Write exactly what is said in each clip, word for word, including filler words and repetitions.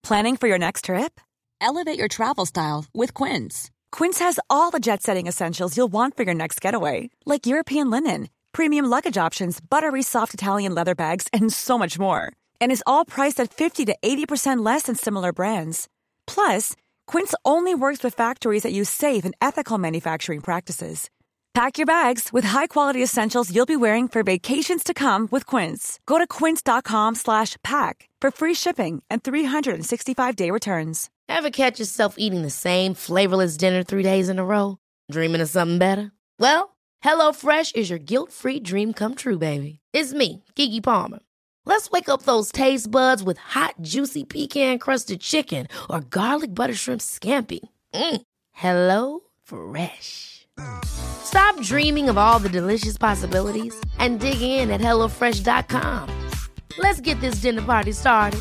Planning for your next trip? Elevate your travel style with Quince. Quince has all the jet-setting essentials you'll want for your next getaway, like European linen, premium luggage options, buttery soft Italian leather bags, and so much more. And is all priced at fifty to eighty percent less than similar brands. Plus, Quince only works with factories that use safe and ethical manufacturing practices. Pack your bags with high-quality essentials you'll be wearing for vacations to come with Quince. Go to quince.com slash pack for free shipping and three sixty-five day returns. Ever catch yourself eating the same flavorless dinner three days in a row? Dreaming of something better? Well, HelloFresh is your guilt-free dream come true, baby. It's me, Keke Palmer. Let's wake up those taste buds with hot, juicy pecan-crusted chicken or garlic butter shrimp scampi. Mm. Hello Fresh. Stop dreaming of all the delicious possibilities and dig in at hello fresh dot com. Let's get this dinner party started.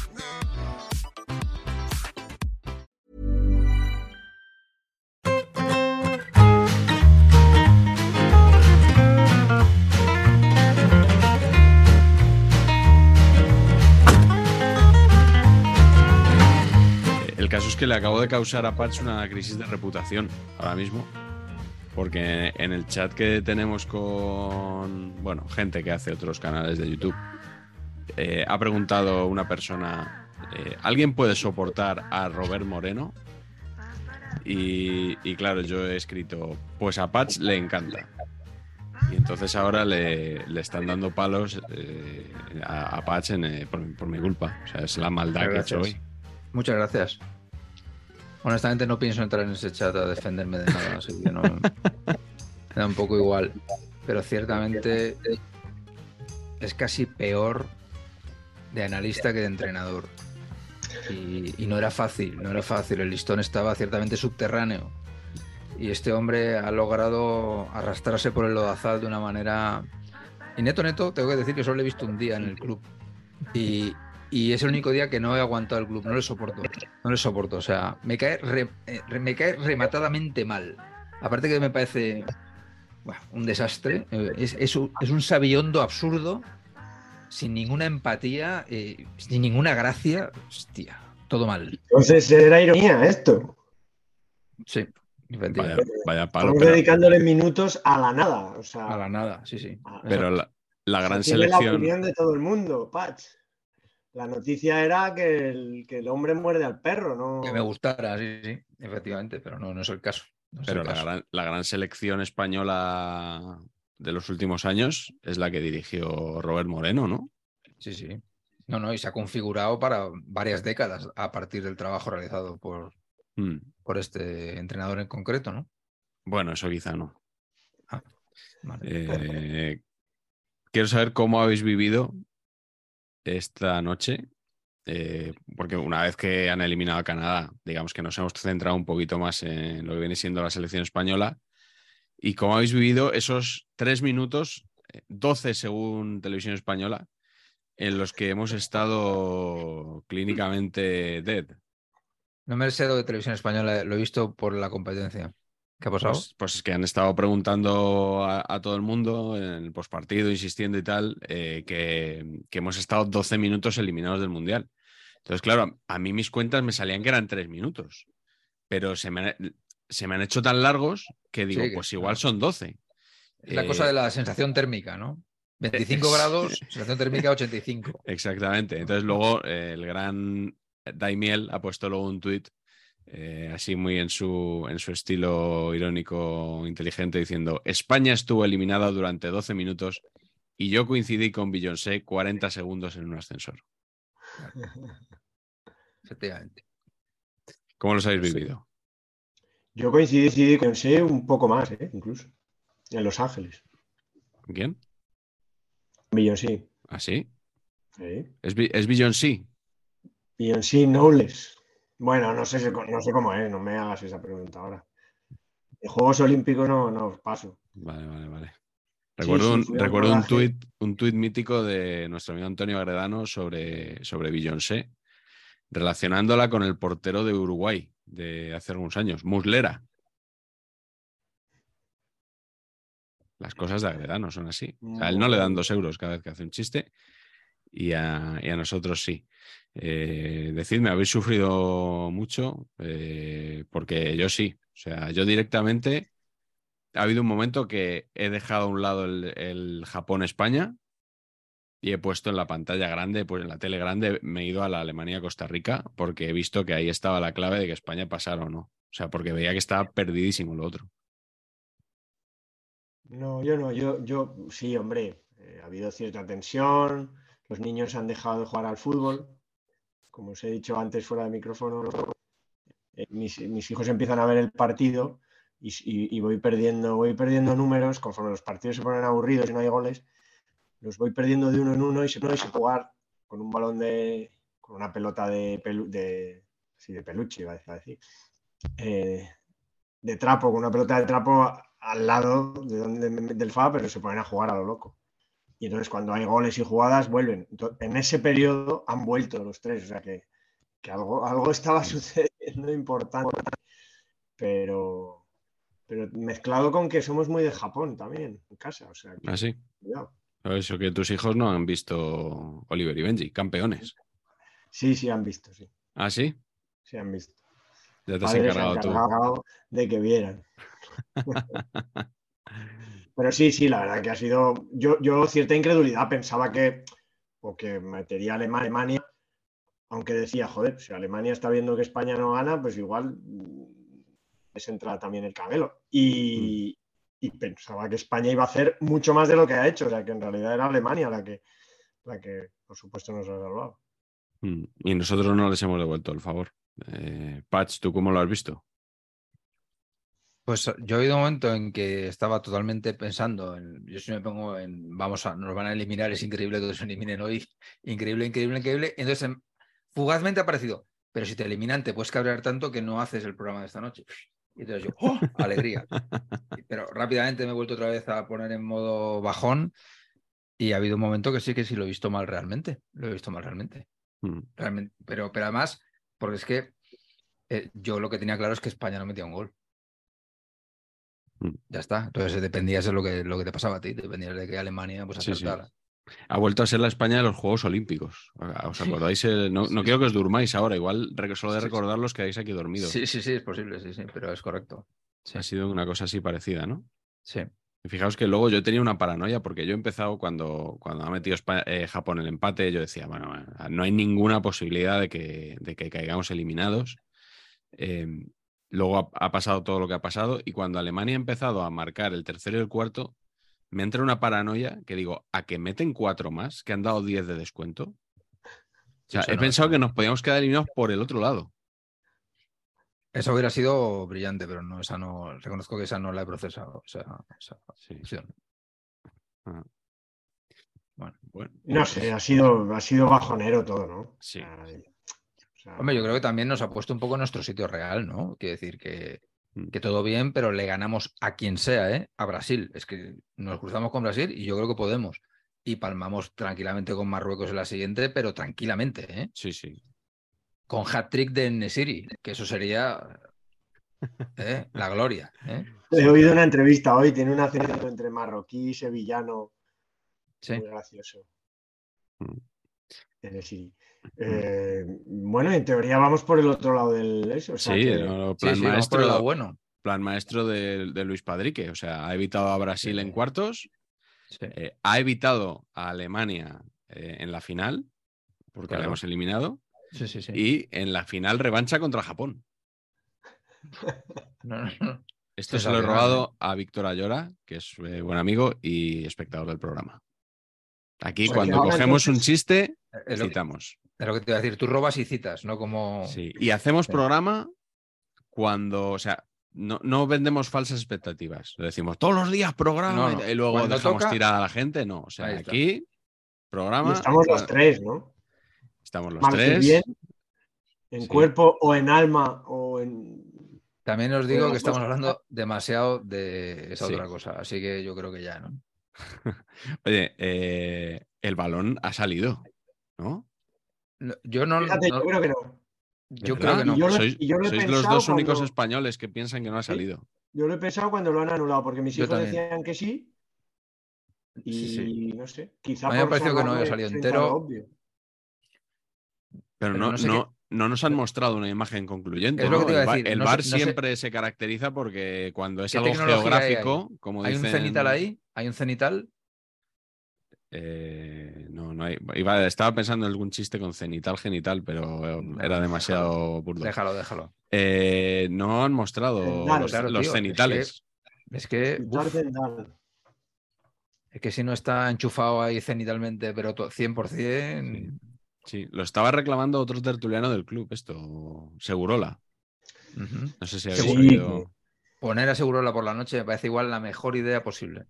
El caso es que le acabo de causar a Patch una crisis de reputación ahora mismo. Porque en el chat que tenemos con, bueno, gente que hace otros canales de YouTube, eh, ha preguntado una persona, eh, ¿alguien puede soportar a Robert Moreno? Y, y claro, yo he escrito, pues a Patch le encanta. Y entonces ahora le, le están dando palos eh, a, a Patch en, eh, por, por mi culpa. O sea, es la maldad que he hecho hoy. Muchas gracias. Honestamente no pienso entrar en ese chat a defenderme de nada, así que no me da un poco igual. Pero ciertamente es casi peor de analista que de entrenador. Y, y no era fácil, no era fácil. El listón estaba ciertamente subterráneo. Y este hombre ha logrado arrastrarse por el lodazal de una manera... Y neto, neto, tengo que decir que solo le he visto un día en el club. Y... Y es el único día que no he aguantado el club, no le soporto, no le soporto, o sea, me cae, re, re, me cae rematadamente mal. Aparte que me parece bueno, un desastre, es, es, un, es un sabillondo absurdo, sin ninguna empatía, eh, sin ninguna gracia, hostia, todo mal. Entonces era ironía esto. Sí, vaya, vaya palo. Estamos pero... dedicándole minutos a la nada, o sea, a la nada, sí, sí. Pero la, la gran o sea, selección... tiene la opinión de todo el mundo, Patch. La noticia era que el, que el hombre muerde al perro, ¿no? Que me gustara, sí, sí, efectivamente, pero no, no es el caso. No es pero el la, caso. gran, la gran selección española de los últimos años es la que dirigió Robert Moreno, ¿no? Sí, sí. No, no, y se ha configurado para varias décadas a partir del trabajo realizado por, hmm. por este entrenador en concreto, ¿no? Bueno, eso quizá no. Ah, vale. eh, quiero saber cómo habéis vivido esta noche, eh, porque una vez que han eliminado a Canadá, digamos que nos hemos centrado un poquito más en lo que viene siendo la selección española, y cómo habéis vivido esos tres minutos, doce según Televisión Española, en los que hemos estado clínicamente dead. No me sé lo de Televisión Española, lo he visto por la competencia. ¿Qué ha pasado? Pues, pues es que han estado preguntando a, a todo el mundo en el postpartido, insistiendo y tal, eh, que, que hemos estado doce minutos eliminados del Mundial. Entonces, claro, a mí mis cuentas me salían que eran tres minutos, pero se me, se me han hecho tan largos que digo, sí, que, pues igual claro. Son doce. Es la eh, cosa de la sensación térmica, ¿no? veinticinco grados, sensación térmica ochenta y cinco. Exactamente. Entonces luego eh, el gran Daimiel ha puesto luego un tuit Eh, así muy en su, en su estilo irónico inteligente diciendo: España estuvo eliminada durante doce minutos y yo coincidí con Beyoncé cuarenta segundos en un ascensor. Efectivamente. ¿Cómo los habéis vivido? Yo coincidí con Beyoncé un poco más, ¿eh? Incluso en Los Ángeles. ¿Quién? Beyoncé. ¿Ah, sí? Sí. ¿Es, es Beyoncé? Beyoncé Knowles. Bueno, no sé, no sé cómo es, no me hagas esa pregunta ahora. De Juegos Olímpicos no, no paso. Vale, vale, vale. Recuerdo, sí, sí, un, recuerdo un tuit un tuit mítico de nuestro amigo Antonio Agredano sobre, sobre Beyoncé, relacionándola con el portero de Uruguay de hace algunos años, Muslera. Las cosas de Agredano son así. O sea, a él no le dan dos euros cada vez que hace un chiste. y a, y a nosotros sí. Eh, decidme, ¿habéis sufrido mucho? Eh, porque yo sí. O sea, yo directamente ha habido un momento que he dejado a un lado el, el Japón-España y he puesto en la pantalla grande, pues en la tele grande, me he ido a la Alemania-Costa Rica porque he visto que ahí estaba la clave de que España pasara o no. O sea, porque veía que estaba perdidísimo lo otro. No, yo no, yo, yo sí, hombre, eh, ha habido cierta tensión, los niños han dejado de jugar al fútbol, como os he dicho antes fuera de micrófono, eh, mis, mis hijos empiezan a ver el partido y, y- y voy perdiendo, voy perdiendo números, conforme los partidos se ponen aburridos y no hay goles, los voy perdiendo de uno en uno y se puede jugar con un balón de, con una pelota de, pelu- de, sí, de peluche, iba a decir, eh, de trapo, con una pelota de trapo al lado de donde, del F A, pero se ponen a jugar a lo loco. Y entonces cuando hay goles y jugadas, vuelven. Entonces, en ese periodo han vuelto los tres, o sea que, que algo, algo estaba sucediendo importante, pero, pero mezclado con que somos muy de Japón también, en casa, o sea que, Así. cuidado. Por eso que tus hijos no han visto Oliver y Benji, campeones. Sí, sí han visto, sí, ¿Ah, sí? sí han visto. Ya te has Padres se han encargado tú. encargado de que vieran. Pero sí, sí, la verdad que ha sido. Yo, yo cierta incredulidad pensaba que, o que metería a Alemania, aunque decía, joder, si Alemania está viendo que España no gana, pues igual les entra también el cabelo. Mm. Y, y pensaba que España iba a hacer mucho más de lo que ha hecho, o sea que en realidad era Alemania la que, la que por supuesto, nos ha salvado. Mm. Y nosotros no les hemos devuelto el favor. Eh, Patch, ¿tú cómo lo has visto? Pues yo he habido un momento en que estaba totalmente pensando en, yo si me pongo en, vamos a, nos van a eliminar, es increíble que nos eliminen hoy, increíble, increíble, increíble. Y entonces em, fugazmente ha aparecido, pero si te eliminan te puedes cabrear tanto que no haces el programa de esta noche. Y entonces yo, ¡oh! Alegría. Pero rápidamente me he vuelto otra vez a poner en modo bajón y ha habido un momento que sí que sí lo he visto mal realmente, lo he visto mal realmente. Mm. realmente pero, pero además, porque es que eh, yo lo que tenía claro es que España no metía un gol. Mm. Ya está. Entonces dependías de lo que, lo que te pasaba a ti, dependías de que Alemania pues Sí, sí. acertara. Ha vuelto a ser la España de los Juegos Olímpicos. ¿Os acordáis? Eh, No, no Sí, quiero que sí. os durmáis ahora. Igual rec- solo de Sí, sí. recordarlos quedáis aquí dormidos. Sí, sí, sí, es posible, sí, sí, pero es correcto. Sí, Ha sido una cosa así parecida, ¿no? sí. Y fijaos que luego yo tenía una paranoia porque yo he empezado cuando, cuando ha metido Espa- eh, Japón el empate, yo decía, bueno, bueno, no hay ninguna posibilidad de que, de que caigamos eliminados. Eh, luego ha, ha pasado todo lo que ha pasado y cuando Alemania ha empezado a marcar el tercero y el cuarto, me entra una paranoia que digo, ¿a que meten cuatro más? Que han dado diez de descuento. O sea, Eso he no, eso pensado que no. nos podíamos quedar eliminados por el otro lado. Eso hubiera sido brillante, pero no, esa no, reconozco que esa no la he procesado, esa, esa Sí. opción. Ah, Bueno. bueno, No sé, pues ha sido, ha sido bajonero todo, ¿no? sí. O sea, Hombre, yo creo que también nos ha puesto un poco en nuestro sitio real, ¿no? Quiere decir que, Mm. que todo bien, pero le ganamos a quien sea, ¿eh? A Brasil. Es que nos cruzamos con Brasil y yo creo que podemos. Y palmamos tranquilamente con Marruecos en la siguiente, pero tranquilamente, ¿eh? Sí, sí. Con hat-trick de Nesiri, que eso sería ¿eh? La gloria, ¿eh? he Sí, oído claro. una entrevista hoy, tiene un acento entre marroquí y sevillano Sí. muy gracioso. Mm. En el sí. Mm. Eh, bueno, en teoría vamos por el otro lado del eso, o sea Sí, que no, Sí, plan sí, vamos por el lado maestro, bueno. plan maestro de, de Luis Padrique. O sea, ha evitado a Brasil en Sí, cuartos, sí, eh, ha evitado a Alemania eh, en la final, porque la claro. hemos eliminado, Sí, sí, sí. y en la final revancha contra Japón. No, no, no. Esto se lo he Sensacional, ¿eh? robado a Víctor Ayora, que es eh, buen amigo y espectador del programa. Aquí, pues que cuando ahora cogemos un entonces chiste, Es lo que, citamos. es lo que te iba a decir. Tú robas y citas, no como. Sí, y hacemos Sí. programa cuando, o sea, no, no vendemos falsas expectativas. Le decimos todos los días programa No, y, no. y luego Cuando dejamos toca, tirada a la gente. No, o ahí sea, está. aquí, y programa, estamos los cua- tres, ¿no? estamos los Mal que bien, tres. en Sí. cuerpo o en alma o en. También os o en digo que las dos estamos cosas. hablando demasiado de esa Sí. otra cosa. Así que yo creo que ya, ¿no? Oye, eh, el balón ha salido, ¿no? No, Yo no, Fíjate, no- yo creo que no. ¿De yo creo que verdad? Y no. yo lo, Sois, y yo lo he sois los pensado dos únicos cuando. españoles que piensan que no ha ¿Sí? salido. Yo lo he pensado cuando lo han anulado, porque mis Yo hijos también. decían que sí, Y Sí, sí. no sé, quizá A mí me ha por parecido que no había salvarle salido frente a lo entero, obvio. Pero, pero no, no sé no, qué. no nos han mostrado una imagen concluyente, Es lo que ¿no? te iba El, a va- decir. el No sé, V A R no sé siempre se caracteriza porque cuando es qué algo tecnología hay ahí. geográfico, como ¿Hay un cenital dicen... ahí? ¿Hay un cenital? eh, no, no hay. Iba, estaba pensando en algún chiste con cenital, genital, pero No, era no, déjalo. demasiado burdo. Déjalo, déjalo. Eh, no han mostrado Zendal, los, Claro, los tío. Es que, cenitales. es que, Quitar uf, Zendal. es que si no está enchufado ahí cenitalmente, pero to- cien por Sí, ciento. sí, lo estaba reclamando otro tertuliano del club, esto, Segurola. Ujú. No sé si habéis Segu- Sí, oído. Poner a Segurola por la noche me parece igual la mejor idea posible.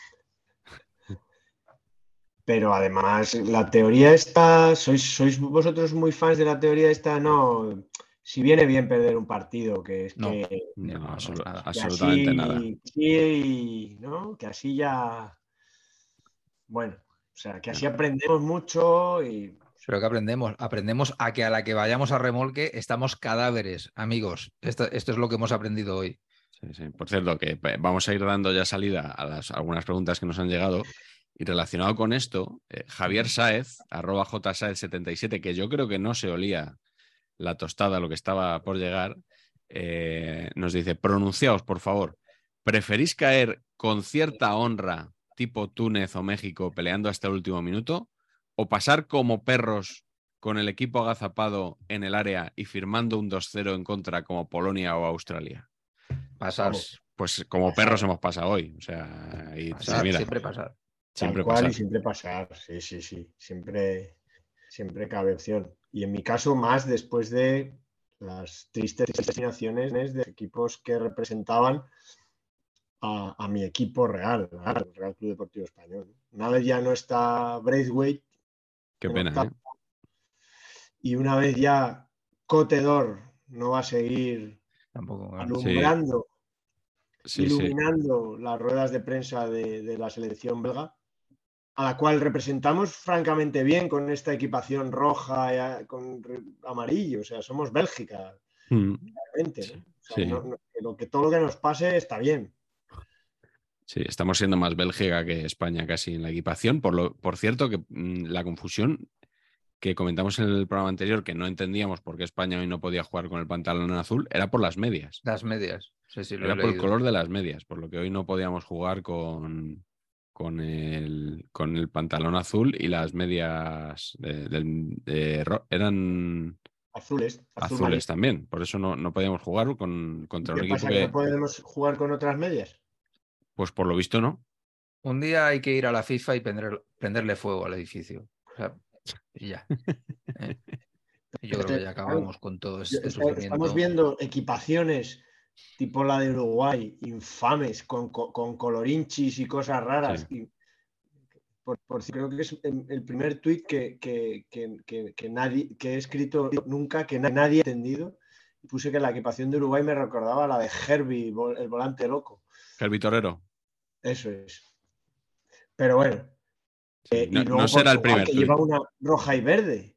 pero además la teoría esta, ¿sois, sois vosotros muy fans de la teoría esta? No, si viene bien perder un partido, que es No, que, no, No, no, no, absolu- nada. que absolutamente nada. así, sí, ¿no? Que así ya, bueno, o sea, que así No. aprendemos mucho y Pero que aprendemos, aprendemos a que a la que vayamos a remolque estamos cadáveres, amigos. Esto, esto es lo que hemos aprendido hoy. Sí, sí. Por cierto, que eh, vamos a ir dando ya salida a las, algunas preguntas que nos han llegado. Y relacionado con esto, eh, Javier Sáez, arroba jsaez setenta y siete, que yo creo que no se olía la tostada, lo que estaba por llegar, eh, nos dice, pronunciaos, por favor, ¿preferís caer con cierta honra, tipo Túnez o México, peleando hasta el último minuto, o pasar como perros con el equipo agazapado en el área y firmando un dos cero en contra como Polonia o Australia? Pasar, vamos, Pues como pasar, perros hemos pasado hoy. O sea, y, y pasar, mira, siempre pasar. tal siempre cual y pasar. siempre pasar, sí, sí, sí, siempre, siempre cabe opción. Y en mi caso, más después de las tristes eliminaciones de equipos que representaban a, a mi equipo real, al Real Club Deportivo Español. Una vez ya no está Braithwaite Qué en pena, octavo ¿eh? y una vez ya Cotedor no va a seguir Tampoco, claro. Sí, alumbrando, sí, sí. iluminando las ruedas de prensa de, de la selección belga, a la cual representamos francamente bien con esta equipación roja y con amarillo. O sea, somos Bélgica, Mm, realmente, ¿no? sí, O sea, sí. no, no, lo que, todo lo que nos pase está bien. Sí, estamos siendo más Bélgica que España casi en la equipación. Por, lo, por cierto, que mmm, la confusión que comentamos en el programa anterior, que no entendíamos por qué España hoy no podía jugar con el pantalón azul, era por las medias. Las medias. Sí, sí, lo he Era por el leído. color de las medias, por lo que hoy no podíamos jugar con, con, el, con el pantalón azul y las medias de, de, de, eran Azules, azul marino. azules también. Por eso no, no podíamos jugar con, ¿Y contra qué un equipo pasa? ¿Que no que, podemos jugar con otras medias? pues por lo visto no. Un día hay que ir a la FIFA y prender- prenderle fuego al edificio. O sea, y ya. ¿eh? Y yo creo que ya acabamos con todo este Estamos sufrimiento. viendo equipaciones tipo la de Uruguay, infames, con, con, con colorinchis y cosas raras. Sí. Y por, por, creo que es el primer tuit que, que, que, que, que, nadie, que he escrito nunca, que nadie ha entendido. Y puse que la equipación de Uruguay me recordaba la de Herbie, el volante loco. Herbie Torero. Eso es. Pero bueno. Sí, Eh, no, y luego no será el Portugal, primer que tuit. lleva una roja y verde.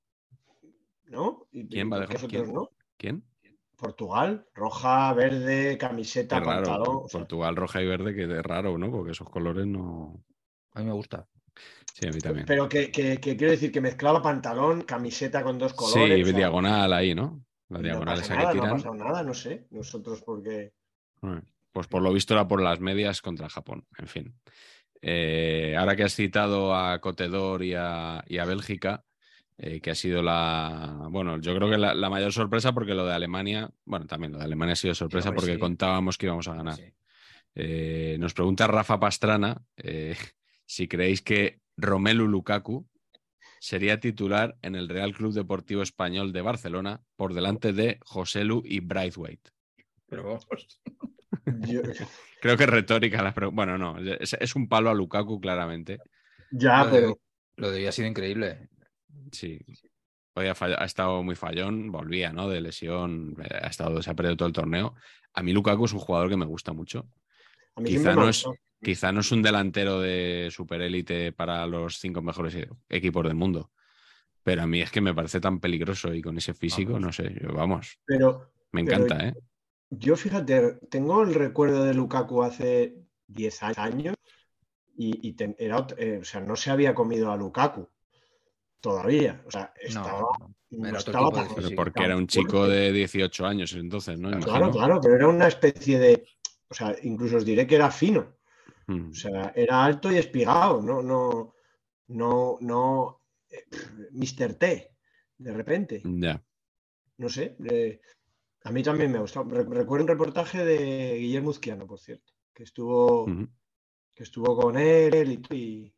¿No? ¿Y, ¿Quién y va a por qué dejar? nosotros ¿Quién? no? ¿Quién? Portugal, roja, verde, Qué camiseta, raro. pantalón. O sea, Portugal roja y verde, que es raro, ¿no? Porque esos colores no. A mí me gusta. Sí, a mí también. pero que, que, que quiero decir que mezclaba pantalón, camiseta con dos colores. Sí, O sea, diagonal ahí, ¿no? La y no diagonal pasa esa que nada, no ha tiran. pasado nada, no sé. Nosotros porque... Pues por lo visto era por las medias contra Japón. En fin. Eh, ahora que has citado a Cotedor y a, y a Bélgica, eh, que ha sido la, bueno, yo creo que la, la mayor sorpresa, porque lo de Alemania, bueno, también lo de Alemania ha sido sorpresa, Sí, hombre, porque sí. contábamos que íbamos a ganar. Sí. Eh, nos pregunta Rafa Pastrana eh, si creéis que Romelu Lukaku sería titular en el Real Club Deportivo Español de Barcelona por delante de Joselu y Braithwaite. Pero vamos. Yo... Creo que es retórica la pregunta. Bueno, no, es, es un palo a Lukaku, claramente. Ya, Lo pero... de, lo de hoy ha sido increíble. Sí. Hoy ha, fall- ha estado muy fallón, volvía, ¿no? De lesión, ha estado, se ha perdido todo el torneo. A mí Lukaku es un jugador que me gusta mucho. A mí Quizá siempre me no ha es, gustado. quizá no es un delantero de superélite para los cinco mejores e- equipos del mundo, pero a mí es que me parece tan peligroso y con ese físico, Vamos. no sé, yo, vamos, Pero, me pero encanta, ¿eh? yo, fíjate, tengo el recuerdo de Lukaku hace diez años y, y ten, era, eh, o sea, no se había comido a Lukaku todavía. O sea, estaba, No, no. no Era otro estaba tipo de tan, Pero físico. porque era tan un chico fuerte. de dieciocho años entonces, ¿no? Claro. Claro, Imagino. claro, pero era una especie de, o sea, incluso os diré que era fino. Mm. O sea, era alto y espigado, no, no, no, no, eh, mister T, de repente. Ya. No sé, eh, a mí también me ha gustado. Re- recuerdo un reportaje de Guillermo Uzquiano, por cierto, que estuvo, Ujú. que estuvo con él y, y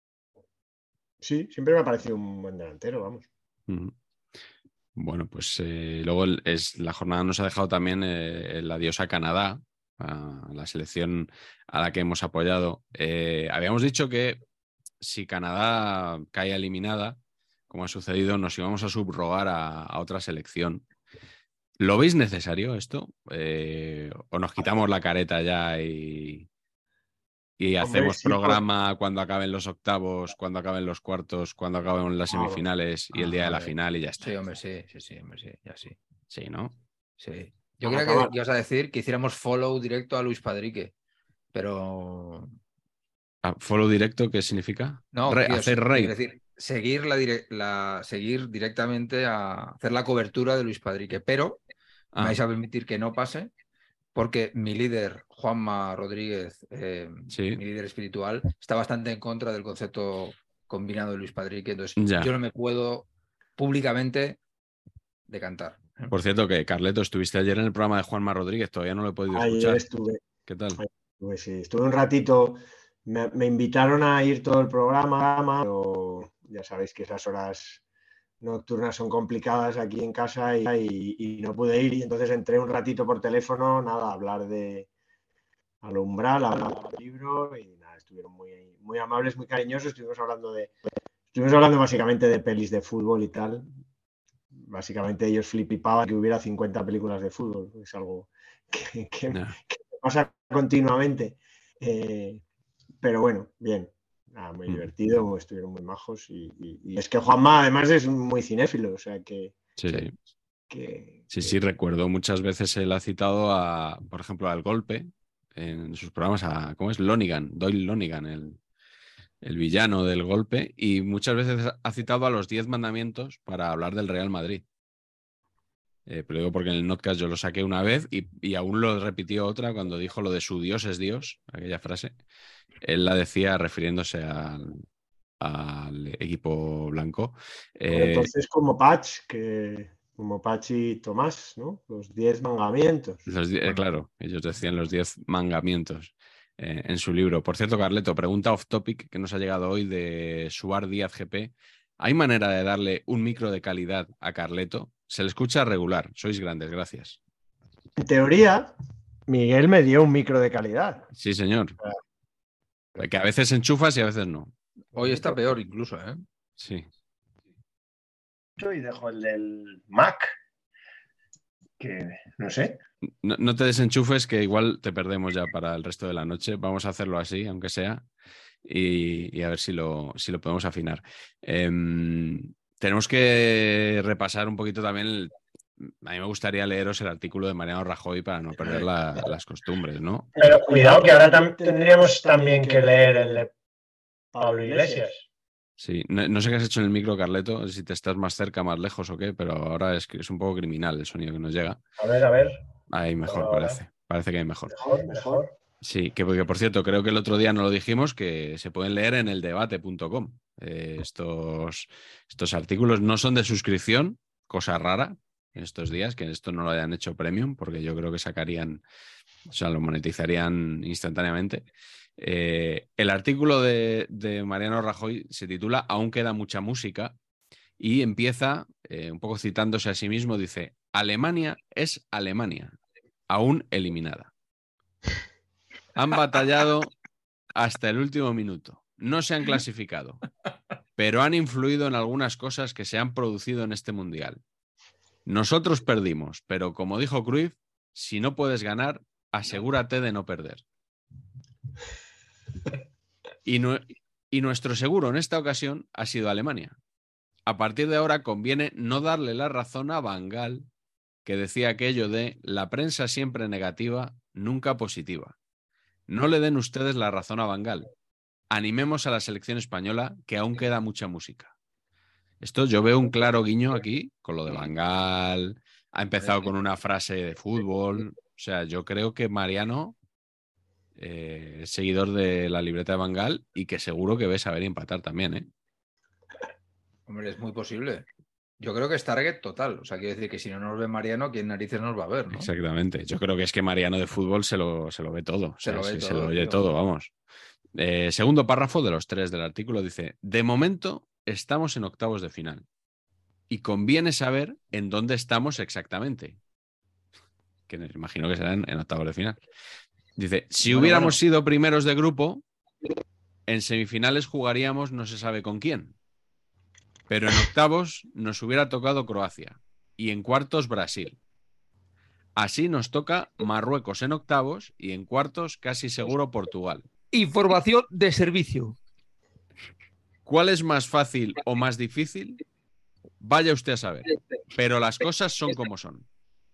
sí, siempre me ha parecido un buen delantero, vamos. Ujú. Bueno, pues eh, luego el- es, la jornada nos ha dejado también eh, el adiós a Canadá, a la selección a la que hemos apoyado. Eh, habíamos dicho que si Canadá cae eliminada, como ha sucedido, nos íbamos a subrogar a, a otra selección. ¿Lo veis necesario esto? Eh, ¿O nos quitamos la careta ya y, y Hombre, hacemos sí, por... programa cuando acaben los octavos, cuando acaben los cuartos, cuando acaben las Claro. semifinales y el día Ah, de la vale. final y ya Sí, está? hombre, sí, sí, sí, hombre, sí, ya sí. Sí, ¿no? Sí. Yo Para creía que acabar. ibas a decir que hiciéramos follow directo a Luis Padrique, pero Ah, ¿follow directo qué significa? no, Re- quiero, hacer quiero raid. decir, seguir, la, dire- la seguir directamente a hacer la cobertura de Luis Padrique, pero me Ah, vais a permitir que no pase porque mi líder, Juanma Rodríguez, eh, sí, mi líder espiritual, está bastante en contra del concepto combinado de Luis Padrique, entonces ya. yo no me puedo públicamente decantar. ¿eh? Por cierto, que Carleto, estuviste ayer en el programa de Juanma Rodríguez, todavía no lo he podido Ayer escuchar. estuve, ¿Qué tal? ayer estuve, sí, estuve un ratito, me, me invitaron a ir todo el programa, pero ya sabéis que esas horas nocturnas son complicadas aquí en casa y, y- y no pude ir. Y entonces entré un ratito por teléfono, nada, a hablar de al umbral, a hablar del libro y nada, estuvieron muy, muy amables, muy cariñosos. Estuvimos hablando de, estuvimos hablando básicamente de pelis de fútbol y tal. Básicamente ellos flipaban que hubiera cincuenta películas de fútbol. Es algo que, que- Ya. que pasa continuamente. Eh, pero bueno, bien. Nada, muy Mm. divertido, estuvieron muy majos y, y- y es que Juanma además es muy cinéfilo, o sea que, Sí, Sí. sí. que- Sí, que- sí, recuerdo muchas veces él ha citado a, por ejemplo, al Golpe en sus programas, a, ¿cómo es? Lonigan, Doyle Lonigan, el, el villano del Golpe, y muchas veces ha citado a los Diez Mandamientos para hablar del Real Madrid. Eh, pero digo porque en el podcast yo lo saqué una vez y, y aún lo repitió otra cuando dijo lo de su Dios es Dios, aquella frase. Él la decía refiriéndose al, al equipo blanco. bueno, Eh, entonces como Patch, que como Patch y Tomás, ¿no? Los diez mandamientos. los die- eh, Bueno, claro, ellos decían los diez mandamientos eh, en su libro. Por cierto, Carleto, pregunta off topic que nos ha llegado hoy de Suar Díaz G P. ¿Hay manera de darle un micro de calidad a Carleto? Se le escucha regular. Sois grandes, gracias. En teoría, Miguel me dio un micro de calidad. Sí, señor. Que a veces enchufas y a veces no. hoy está peor incluso, ¿eh? Sí. Y dejo el del Mac, que no sé. No, no te desenchufes, que igual te perdemos ya para el resto de la noche. Vamos a hacerlo así, aunque sea, y, y a ver si lo, si lo podemos afinar. Eh, tenemos que repasar un poquito también. El, a mí me gustaría leeros el artículo de Mariano Rajoy para no perder la, las costumbres, ¿no? Pero cuidado que ahora tam tendríamos también que leer el de Pablo Iglesias. Sí, no, no sé qué has hecho en el micro, Carleto, si te estás más cerca, más lejos o qué, pero ahora es que es un poco criminal el sonido que nos llega. A ver, a ver. Ahí mejor Ahora. parece. Parece que hay mejor. Mejor, mejor. Sí, que, que por cierto, creo que el otro día no lo dijimos, que se pueden leer en el debate punto com. Eh, estos, estos artículos no son de suscripción, cosa rara en estos días, que esto no lo hayan hecho premium, porque yo creo que sacarían, o sea, lo monetizarían instantáneamente. Eh, el artículo de, de Mariano Rajoy se titula Aún queda mucha música y empieza, eh, un poco citándose a sí mismo, dice, Alemania es Alemania, aún eliminada. Han batallado hasta el último minuto. No se han clasificado, pero han influido en algunas cosas que se han producido en este mundial. Nosotros perdimos, pero como dijo Cruyff, si no puedes ganar, asegúrate de no perder. Y, no, y nuestro seguro en esta ocasión ha sido Alemania. A partir de ahora conviene no darle la razón a Van Gaal, que decía aquello de la prensa siempre negativa, nunca positiva. No le den ustedes la razón a Van Gaal. animemos a la selección española, que aún queda mucha música. Esto yo veo un claro guiño aquí con lo de Van Gaal, ha empezado con una frase de fútbol. O sea, yo creo que Mariano eh, es seguidor de la libreta de Van Gaal y que seguro que ve saber empatar también, ¿eh? Hombre, es muy posible. Yo creo que es target total. O sea, quiero decir que si no nos ve Mariano, ¿quién narices nos va a ver, no? Exactamente. Yo creo que es que Mariano de fútbol se lo, se lo ve todo. O sea, Se lo ve sí, todo, se lo oye tío. todo, vamos. Eh, segundo párrafo de los tres del artículo dice: de momento estamos en octavos de final y conviene saber en dónde estamos exactamente. Que me imagino que serán en octavos de final. Dice, si Bueno, hubiéramos bueno. sido primeros de grupo, en semifinales jugaríamos no se sabe con quién. Pero en octavos nos hubiera tocado Croacia y en cuartos Brasil. Así nos toca Marruecos en octavos y en cuartos casi seguro Portugal. Información de servicio. ¿Cuál es más fácil o más difícil? Vaya usted a saber. Pero las cosas son como son.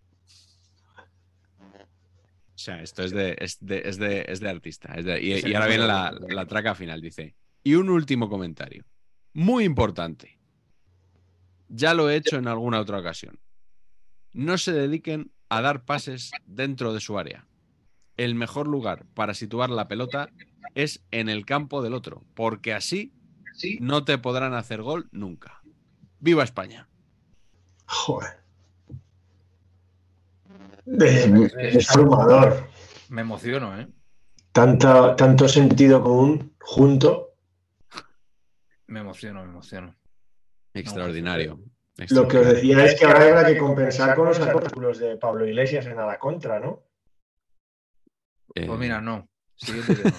O sea, esto es de, es de, es de, es de artista. Es de, y, y ahora viene la, la traca final. Dice, y un último comentario. Muy importante. Ya lo he hecho en alguna otra ocasión. No se dediquen a dar pases dentro de su área. El mejor lugar para situar la pelota es en el campo del otro, porque así no te podrán hacer gol nunca. ¡Viva España! Joder. Es, es abrumador. Me emociono, ¿eh? Tanta, tanto sentido común junto. Me emociono, me emociono. Extraordinario. Lo que os decía es que ahora habrá que compensar con los artículos de Pablo Iglesias en A la Contra, ¿no? Eh... Pues mira, no. Siguiente tema.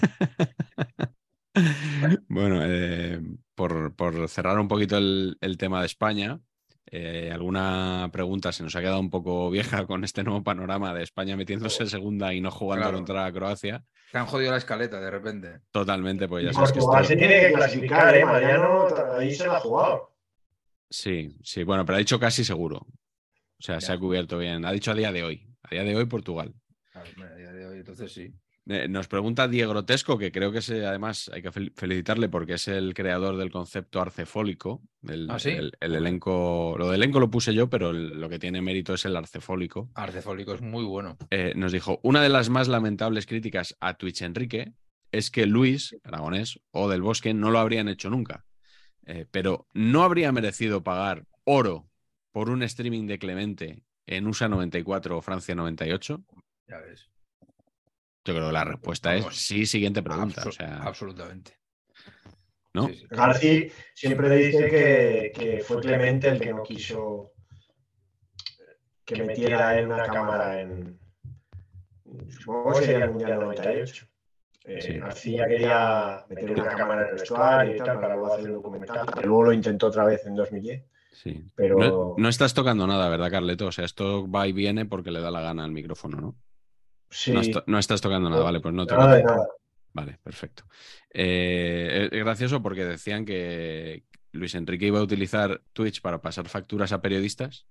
Bueno, eh, por, por cerrar un poquito el, el tema de España, eh, alguna pregunta se nos ha quedado un poco vieja con este nuevo panorama de España metiéndose segunda y no jugando Claro. contra Croacia. Te han jodido la escaleta de repente. Totalmente, pues ya Y sabes que Portugal esto... se tiene que clasificar, ¿eh? Mariano ahí se la ha jugado. Sí, sí, bueno, pero ha dicho casi seguro. O sea, Ya. se ha cubierto bien. Ha dicho a día de hoy. A día de hoy Portugal. Claro, a día de hoy, entonces sí. Eh, nos pregunta Diego Grotesco, que creo que es, además hay que fel- felicitarle porque es el creador del concepto arcefólico. El, ¿Ah, sí? el, el elenco, lo del elenco lo puse yo, pero el- lo que tiene mérito es el arcefólico. Arcefólico es muy bueno. Eh, nos dijo, una de las más lamentables críticas a Twitch Enrique es que Luis, Aragonés o Del Bosque no lo habrían hecho nunca. Eh, pero ¿no habría merecido pagar oro por un streaming de Clemente en U S A noventa y cuatro o Francia noventa y ocho? Ya ves. Yo creo que la respuesta Vamos, es sí, siguiente pregunta. Absol- O sea, Absolutamente. ¿no? Sí, sí. Garci siempre dice que, que fue Clemente el que no quiso que metiera en una cámara en... Supongo que sería el Mundial noventa y ocho. Eh, Sí. García quería meter una cámara en el vestuario y tal para luego hacer un documental. Que luego lo intentó otra vez en dos mil diez. Sí. Pero... No, no estás tocando nada, ¿verdad, Carleto? O sea, esto va y viene porque le da la gana al micrófono, ¿no? Sí. No, est- no estás tocando nada, vale, pues no Nada de toco. nada. Vale, perfecto. Eh, es gracioso porque decían que Luis Enrique iba a utilizar Twitch para pasar facturas a periodistas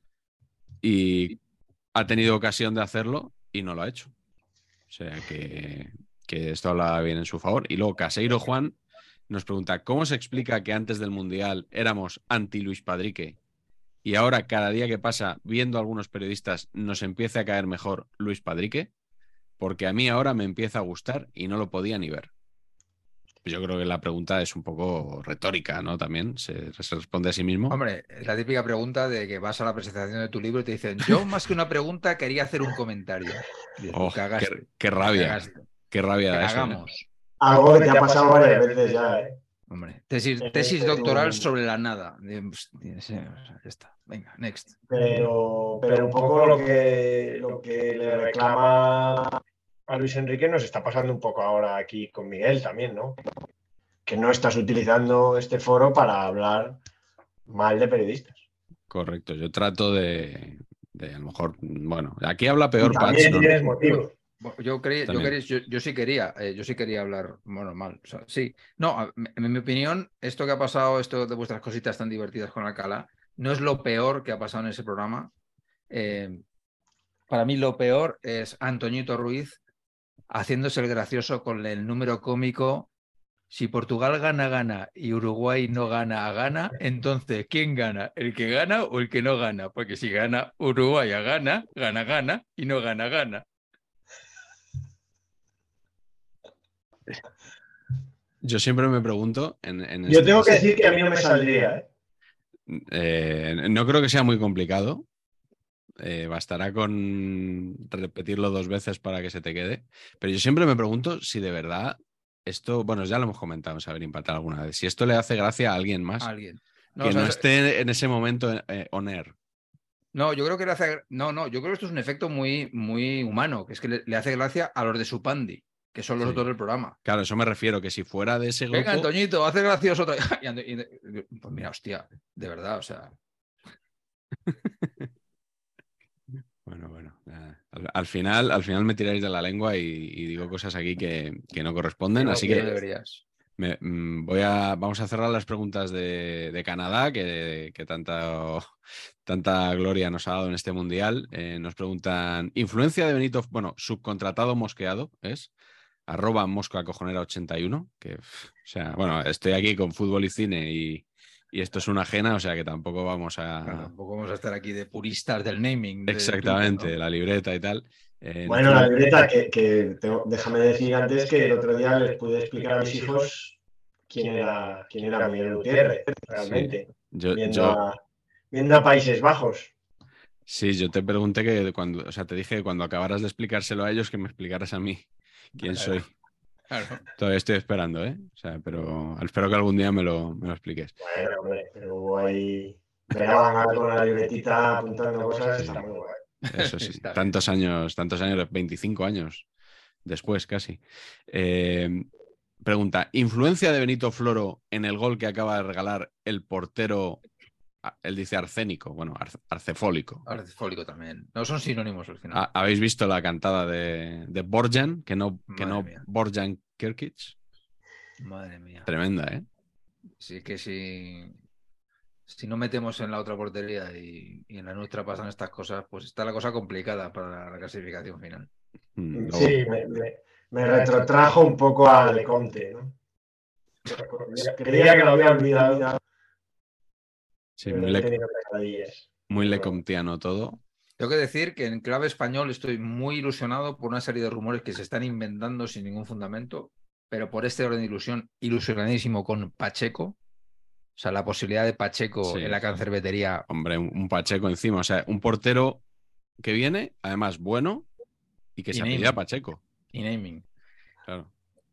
y ha tenido ocasión de hacerlo y no lo ha hecho. O sea que, que esto habla bien en su favor. Y luego Caseiro Juan nos pregunta, ¿cómo se explica que antes del Mundial éramos anti Luis Padrique y ahora cada día que pasa viendo a algunos periodistas nos empieza a caer mejor Luis Padrique? Porque a mí ahora me empieza a gustar y no lo podía ni ver. Yo creo que la pregunta es un poco retórica, ¿no? También se, se responde a sí mismo. Hombre, es la típica pregunta de que vas a la presentación de tu libro y te dicen, yo más que una pregunta quería hacer un comentario. Y dices, Oh, cagaste, qué, qué rabia, cagaste. qué rabia Que da eso, ¿eh? hagamos. Algo que te ha pasado varias veces ya, ¿eh? Hombre, tesis, tesis doctoral sobre la nada. Ya está. Venga, next. Pero, pero un poco lo que, lo que le reclama a Luis Enrique nos está pasando un poco ahora aquí con Miguel también, ¿no? Que no estás utilizando este foro para hablar mal de periodistas. Correcto, yo trato de, de a lo mejor, bueno, aquí habla peor Y Patch, también ¿no? tienes motivos. Bueno, Yo, quería, yo, También. quería, yo, yo sí quería, eh, yo sí quería hablar, bueno, mal, o sea, sí. No, a- en mi opinión, esto que ha pasado, esto de vuestras cositas tan divertidas con Alcalá, no es lo peor que ha pasado en ese programa. Eh, para mí lo peor es Antoñito Ruiz haciéndose el gracioso con el número cómico Si Portugal gana, gana y Uruguay no gana, gana, entonces ¿quién gana? ¿El que gana o el que no gana? Porque si gana Uruguay a gana, gana, gana y no gana, gana. Yo siempre me pregunto... En, en Yo este tengo que caso, decir que a mí no me saldría, ¿eh? eh, no creo que sea muy complicado. Eh, bastará con repetirlo dos veces para que se te quede. Pero yo siempre me pregunto si de verdad esto, bueno, ya lo hemos comentado en Saber Empatar alguna vez, si esto le hace gracia a alguien más Alguien. No, que o sea, no es- esté en ese momento eh, on air. No, yo creo que le hace. No, no, yo creo que esto es un efecto muy, muy humano, que es que le, le hace gracia a los de su pandi, que son los Sí. otros del programa. Claro, eso me refiero, que si fuera de ese grupo... Venga, Antoñito, hace gracioso otra vez. Y Ando- y- Pues mira, hostia, de verdad, o sea. Bueno, bueno. nada. Al, al final, al final me tiráis de la lengua y, y digo cosas aquí que, que no corresponden, No, así que no que deberías. me- mm, voy a, vamos a cerrar las preguntas de, de Canadá, que, que tanta, tanta gloria nos ha dado en este mundial. Eh, nos preguntan, ¿influencia de Benito, bueno, subcontratado mosqueado es? Arroba Mosca Cojonera ochenta y uno, que, pf, o sea, bueno, estoy aquí con fútbol y cine y, y esto es una ajena, o sea que tampoco vamos a... Claro, tampoco vamos a estar aquí de puristas del naming. De Exactamente, Twitter, ¿no? la libreta y tal. Eh, nos Bueno, la pregun- libreta, que, que tengo- déjame decir antes que el otro día les pude explicar a mis hijos quién era, quién era Miguel Gutiérrez, realmente, yo, viendo, yo, a, viendo a Países Bajos. sí, yo te pregunté que cuando, o sea, te dije que cuando acabaras de explicárselo a ellos, que me explicaras a mí quién soy. Claro. Todavía estoy esperando, ¿eh? O sea, pero espero que algún día me lo, me lo expliques. Bueno, hombre, pero hubo ahí, pegaban algo con la libretita apuntando cosas, está muy guay. Eso sí, Está bien. tantos años, tantos años, veinticinco años después casi. Eh, pregunta, ¿influencia de Benito Floro en el gol que acaba de regalar el portero? ah, Él dice arsénico, bueno, ar- arcefólico. Arcefólico también. No son sinónimos al final. Ah, ¿Habéis visto la cantada de, de Borjan? Que no, que Madre no mía. Borjan Kirkic. Madre mía. Tremenda, ¿eh? Sí, que si, si no metemos en la otra portería y, y en la nuestra pasan estas cosas, pues está la cosa complicada para la clasificación final. Mm, luego- Sí, me, me- me retrotrajo un poco a Leconte, ¿no? Creía que lo había olvidado, sí, pero muy, he le- tenido pesadillas. muy lecomtiano todo. Tengo que decir que en clave español estoy muy ilusionado por una serie de rumores que se están inventando sin ningún fundamento, pero por este orden de ilusión, ilusionadísimo con Pacheco. O sea, la posibilidad de Pacheco Sí. en la cancerbetería. Hombre, un, un Pacheco encima. O sea, un portero que viene, además bueno, y que Y se naming. apellida Pacheco. Y naming. Claro.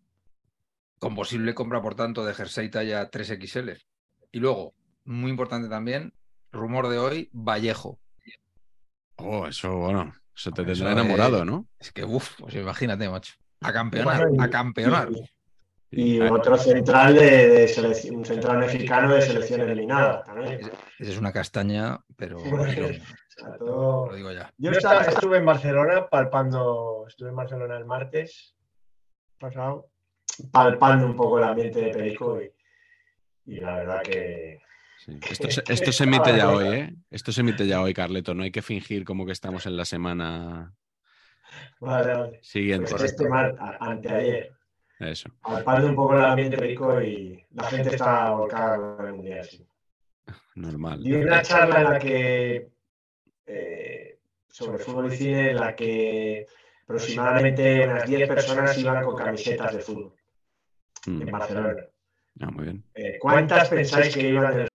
Con posible compra, por tanto, de jersey talla tres equis ele. Y luego, muy importante también, rumor de hoy, Vallejo. Oh, eso, bueno, eso te Eso tendrá es- enamorado, ¿no? Es que, uff, pues imagínate, macho. A campeonar, Bueno, y- a campeonar. Y, y Ah, otro central de, de selección, un central mexicano de selección eliminada también. Esa es una castaña, pero Bueno, pero- o sea, todo- lo digo ya. Yo estaba- estuve en Barcelona palpando, estuve en Barcelona el martes pasado, palpando un poco el ambiente de Perico y, y la verdad que sí. Esto, se, esto se emite ya hoy, ¿eh? Esto se emite ya hoy, Carleto. No hay que fingir como que estamos en la semana vale, vale. siguiente. Pues este mar, a- anteayer, Eso. palpando un poco el ambiente Perico y la gente está volcada con el mundial. Sí. Normal. Di una charla en la que eh, sobre fútbol y cine en la que aproximadamente unas diez personas iban con camisetas de fútbol Mm. en Barcelona. Ah, muy bien. Eh, ¿Cuántas pensáis que iban del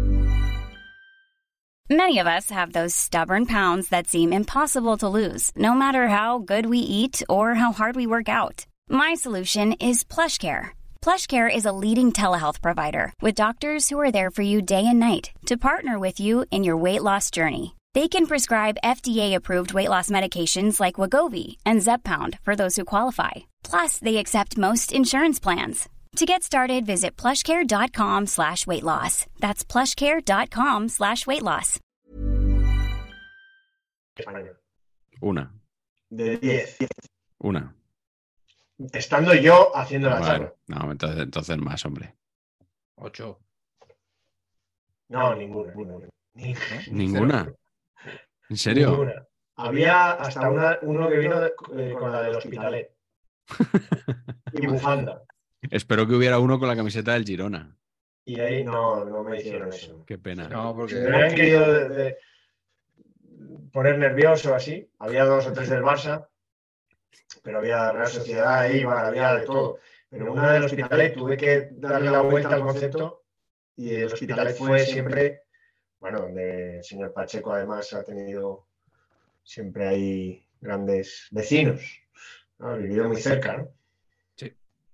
Many of us have those stubborn pounds that seem impossible to lose, no matter how good we eat or how hard we work out. My solution is PlushCare. PlushCare is a leading telehealth provider with doctors who are there for you day and night to partner with you in your weight loss journey. They can prescribe F D A-approved weight loss medications like Wegovy and Zepbound for those who qualify. Plus, they accept most insurance plans. To get started, visit plushcare.com slash weight loss. That's plushcare.com slash weight loss. español? Una. De diez. Una. Estando yo haciendo la Bueno, charla. no, entonces, entonces más, hombre. Ocho. No, ninguna. Ninguna. Ni- ¿Ninguna? ¿En serio? Ninguna. Había hasta una, uno que vino de- eh, con la del Hospitalet. Y bufanda. Espero que hubiera uno con la camiseta del Girona. Y ahí no, no me hicieron eso. Qué pena. No, porque... Si me hubieran querido de, de poner nervioso así, había dos o tres del Barça, pero había Real Sociedad, Eibar, había de todo. Pero una del Hospitalet tuve que darle la vuelta al concepto y el Hospitalet fue siempre, bueno, donde el señor Pacheco además ha tenido siempre ahí grandes vecinos, ¿no? Ha vivido muy cerca, ¿no? Sí.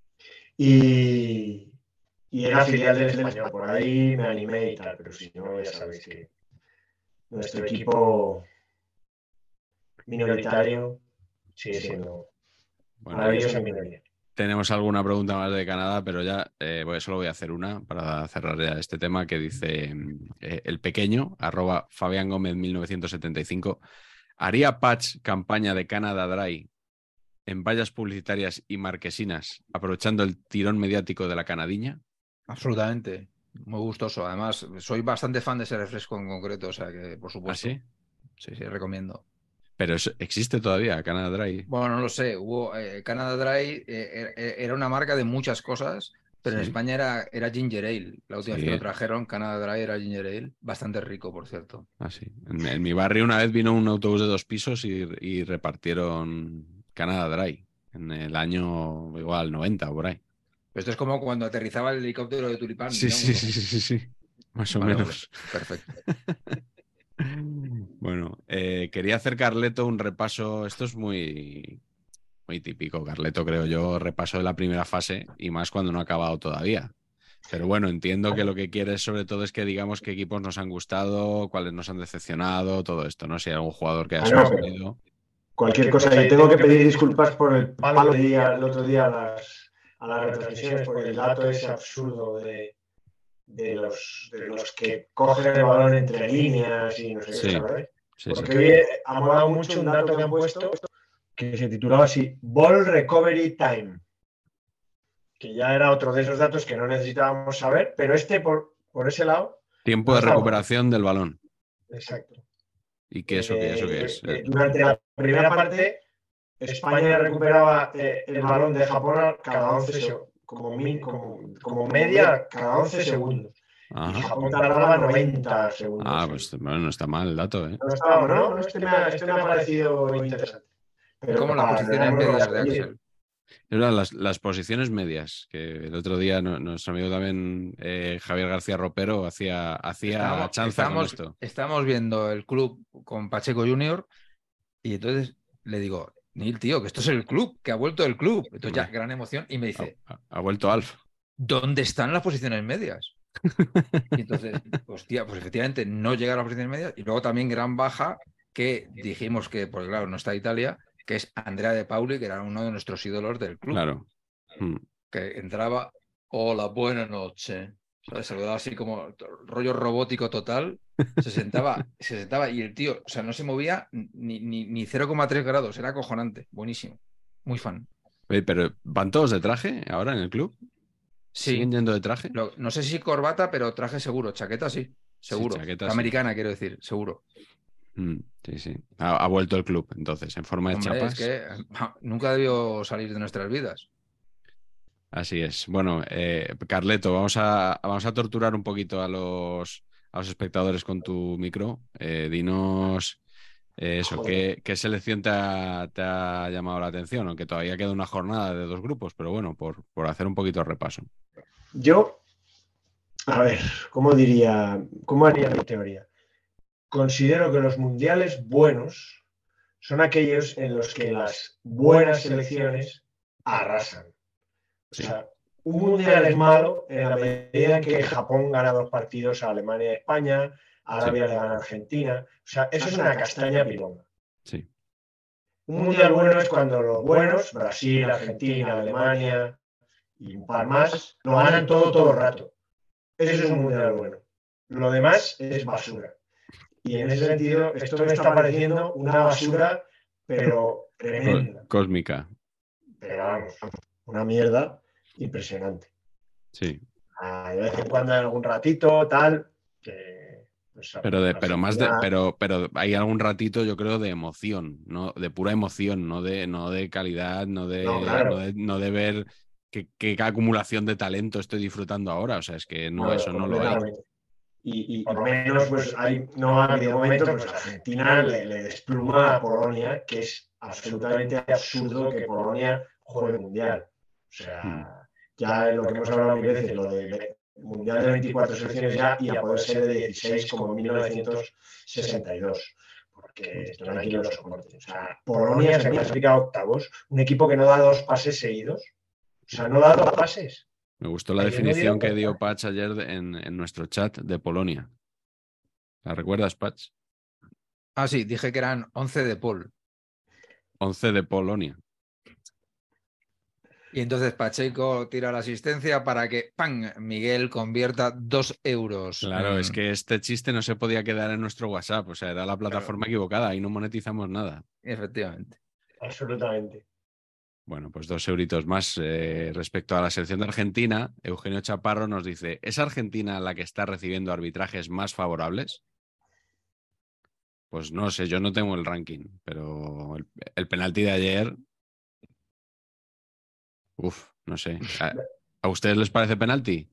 Y, y era filial del Español, por ahí me animé y tal, pero si no, ya sabéis que nuestro equipo minoritario sigue siendo Bueno, maravillosa minoría. tenemos alguna pregunta más de Canadá, pero ya eh, pues solo voy a hacer una para cerrar ya este tema que dice eh, el pequeño, arroba Fabián Gómez mil novecientos setenta y cinco. ¿Haría Patch campaña de Canada Dry en vallas publicitarias y marquesinas, aprovechando el tirón mediático de la canadiña? Absolutamente. Muy gustoso. Además, soy bastante fan de ese refresco en concreto, o sea que, por ¿Ah, supuesto. sí? Sí, sí, recomiendo. Pero eso, ¿existe todavía Canada Dry? Bueno, no lo sé. Hubo eh, Canada Dry eh, eh, era una marca de muchas cosas, pero en Sí. España era, era Ginger Ale. La última Sí. vez que lo trajeron, Canada Dry era Ginger Ale. Bastante rico, por cierto. Ah, sí. En, en mi barrio una vez vino un autobús de dos pisos y, y repartieron Canada Dry en el año igual noventa o por ahí. Pero esto es como cuando aterrizaba el helicóptero de Tulipán. Sí, digamos, sí, ¿no? sí, sí, sí, sí. Más o Vale, menos. vale. Perfecto. Bueno, eh, quería hacer, Carleto, un repaso. Esto es muy, muy típico, Carleto, creo yo, repaso de la primera fase y más cuando no ha acabado todavía. Pero bueno, entiendo que lo que quieres sobre todo es que digamos qué equipos nos han gustado, cuáles nos han decepcionado, todo esto, ¿no? Si hay algún jugador que haya Ah, no, sorprendido. Cualquier cosa, yo tengo que pedir disculpas por el palo que di el otro día a las, a las retransmisiones, por el dato ese absurdo de, de, los, de los que cogen el balón entre líneas y no sé Sí, qué, ¿sabes? Sí, Porque sí. hoy ha molado mucho un dato que han puesto que se titulaba así, Ball Recovery Time, que ya era otro de esos datos que no necesitábamos saber, pero este por, por ese lado... Tiempo no de está mal. recuperación del balón. Exacto. ¿Y qué eso, qué, eso qué es? Eh, eh, durante la primera parte, España recuperaba eh, el balón de Japón cada once segundos, como, como, como media cada once segundos. Ajá. Y Japón tardaba noventa segundos. Ah, pues bueno, no está mal el dato, ¿eh? No estaba, ¿no? Este me ha, este me ha parecido interesante. Pero como la posición en medias de Axel. Eran las, las posiciones medias, que el otro día no, nuestro amigo también, eh, Javier García Ropero, hacía, hacía Estábamos, chanza estábamos, con esto. Estábamos viendo el club con Pacheco junior y entonces le digo, Neil, tío, que esto es el club, que ha vuelto el club. Entonces ya, gran emoción, y me dice, Ha, ha vuelto Alf. ¿dónde están las posiciones medias? Y entonces, hostia, pues efectivamente no llegaron a las posiciones medias, y luego también gran baja, que dijimos que, porque claro, no está Italia, que es Andrea De Pauli, que era uno de nuestros ídolos del club. Claro. Hmm. Que entraba, hola, buena noche. ¿Sabes? Saludaba así como rollo robótico total. Se sentaba, se sentaba y el tío, o sea, no se movía ni, ni, ni cero coma tres grados. Era acojonante. Buenísimo. Muy fan. Oye, pero ¿van todos de traje ahora en el club? Sí. ¿Siguen yendo de traje? Lo, no sé si corbata, pero traje seguro. Chaqueta sí, seguro. Sí, chaqueta, americana, sí. Quiero decir, seguro. Mm, sí, sí. Ha, ha vuelto el club, entonces, en forma de Hombre, chapas. es que nunca debió salir de nuestras vidas. Así es. Bueno, eh, Carleto, vamos a, vamos a torturar un poquito a los, a los espectadores con tu micro. Eh, dinos eh, eso, ¿qué, qué selección te ha, te ha llamado la atención? Aunque todavía queda una jornada de dos grupos, pero bueno, por, por hacer un poquito de repaso. Yo, a ver, ¿cómo diría, cómo haría mi teoría? Considero que los mundiales buenos son aquellos en los que las buenas selecciones arrasan. O sea, un mundial es malo en la medida en que Japón gana dos partidos a Alemania y España, Arabia le gana a Argentina. O sea, eso es una castaña pilonga. Sí. Un mundial bueno es cuando los buenos, Brasil, Argentina, Alemania y un par más, lo ganan todo todo el rato. Eso es un mundial bueno. Lo demás es basura. Y en ese sentido, esto me está pareciendo una basura, pero tremenda. Cósmica. Pero vamos, una mierda impresionante. Sí. Ah, de vez en cuando hay algún ratito, tal, que... Pues, pero, de, pero más de, pero, pero hay algún ratito, yo creo, de emoción, ¿no? De pura emoción, no de, no de calidad, no de, no, claro. no de, no de ver qué, qué acumulación de talento estoy disfrutando ahora. O sea, es que no, Bueno, eso no lo hay. Y, y por lo menos, pues hay, no ha habido momentos, pues Argentina le, le despluma a Polonia, que es absolutamente absurdo que Polonia juegue el Mundial. O sea, ya lo que hemos hablado mil veces, lo de Mundial de veinticuatro selecciones ya y a poder ser de dieciséis como en mil novecientos sesenta y dos. Porque esto no hay quien lo soporte. O sea, Polonia se clasifica a octavos, un equipo que no da dos pases seguidos. O sea, no da dos pases. Me gustó la Ayer no definición dio- que dio Patch ayer en, en nuestro chat de Polonia. ¿La recuerdas, Patch? Ah, sí, dije que eran once de Paul. once de Polonia. Y entonces Pacheco tira la asistencia para que ¡pam! Miguel convierta dos euros. Claro, Mm, es que este chiste no se podía quedar en nuestro WhatsApp. O sea, era la plataforma equivocada y no monetizamos nada. Efectivamente. Absolutamente. Bueno, pues dos euritos más. Eh, respecto a la selección de Argentina, Eugenio Chaparro nos dice, ¿es Argentina la que está recibiendo arbitrajes más favorables? Pues no sé, yo no tengo el ranking, pero el, el penalti de ayer... Uf, no sé. ¿A, a ustedes les parece penalti?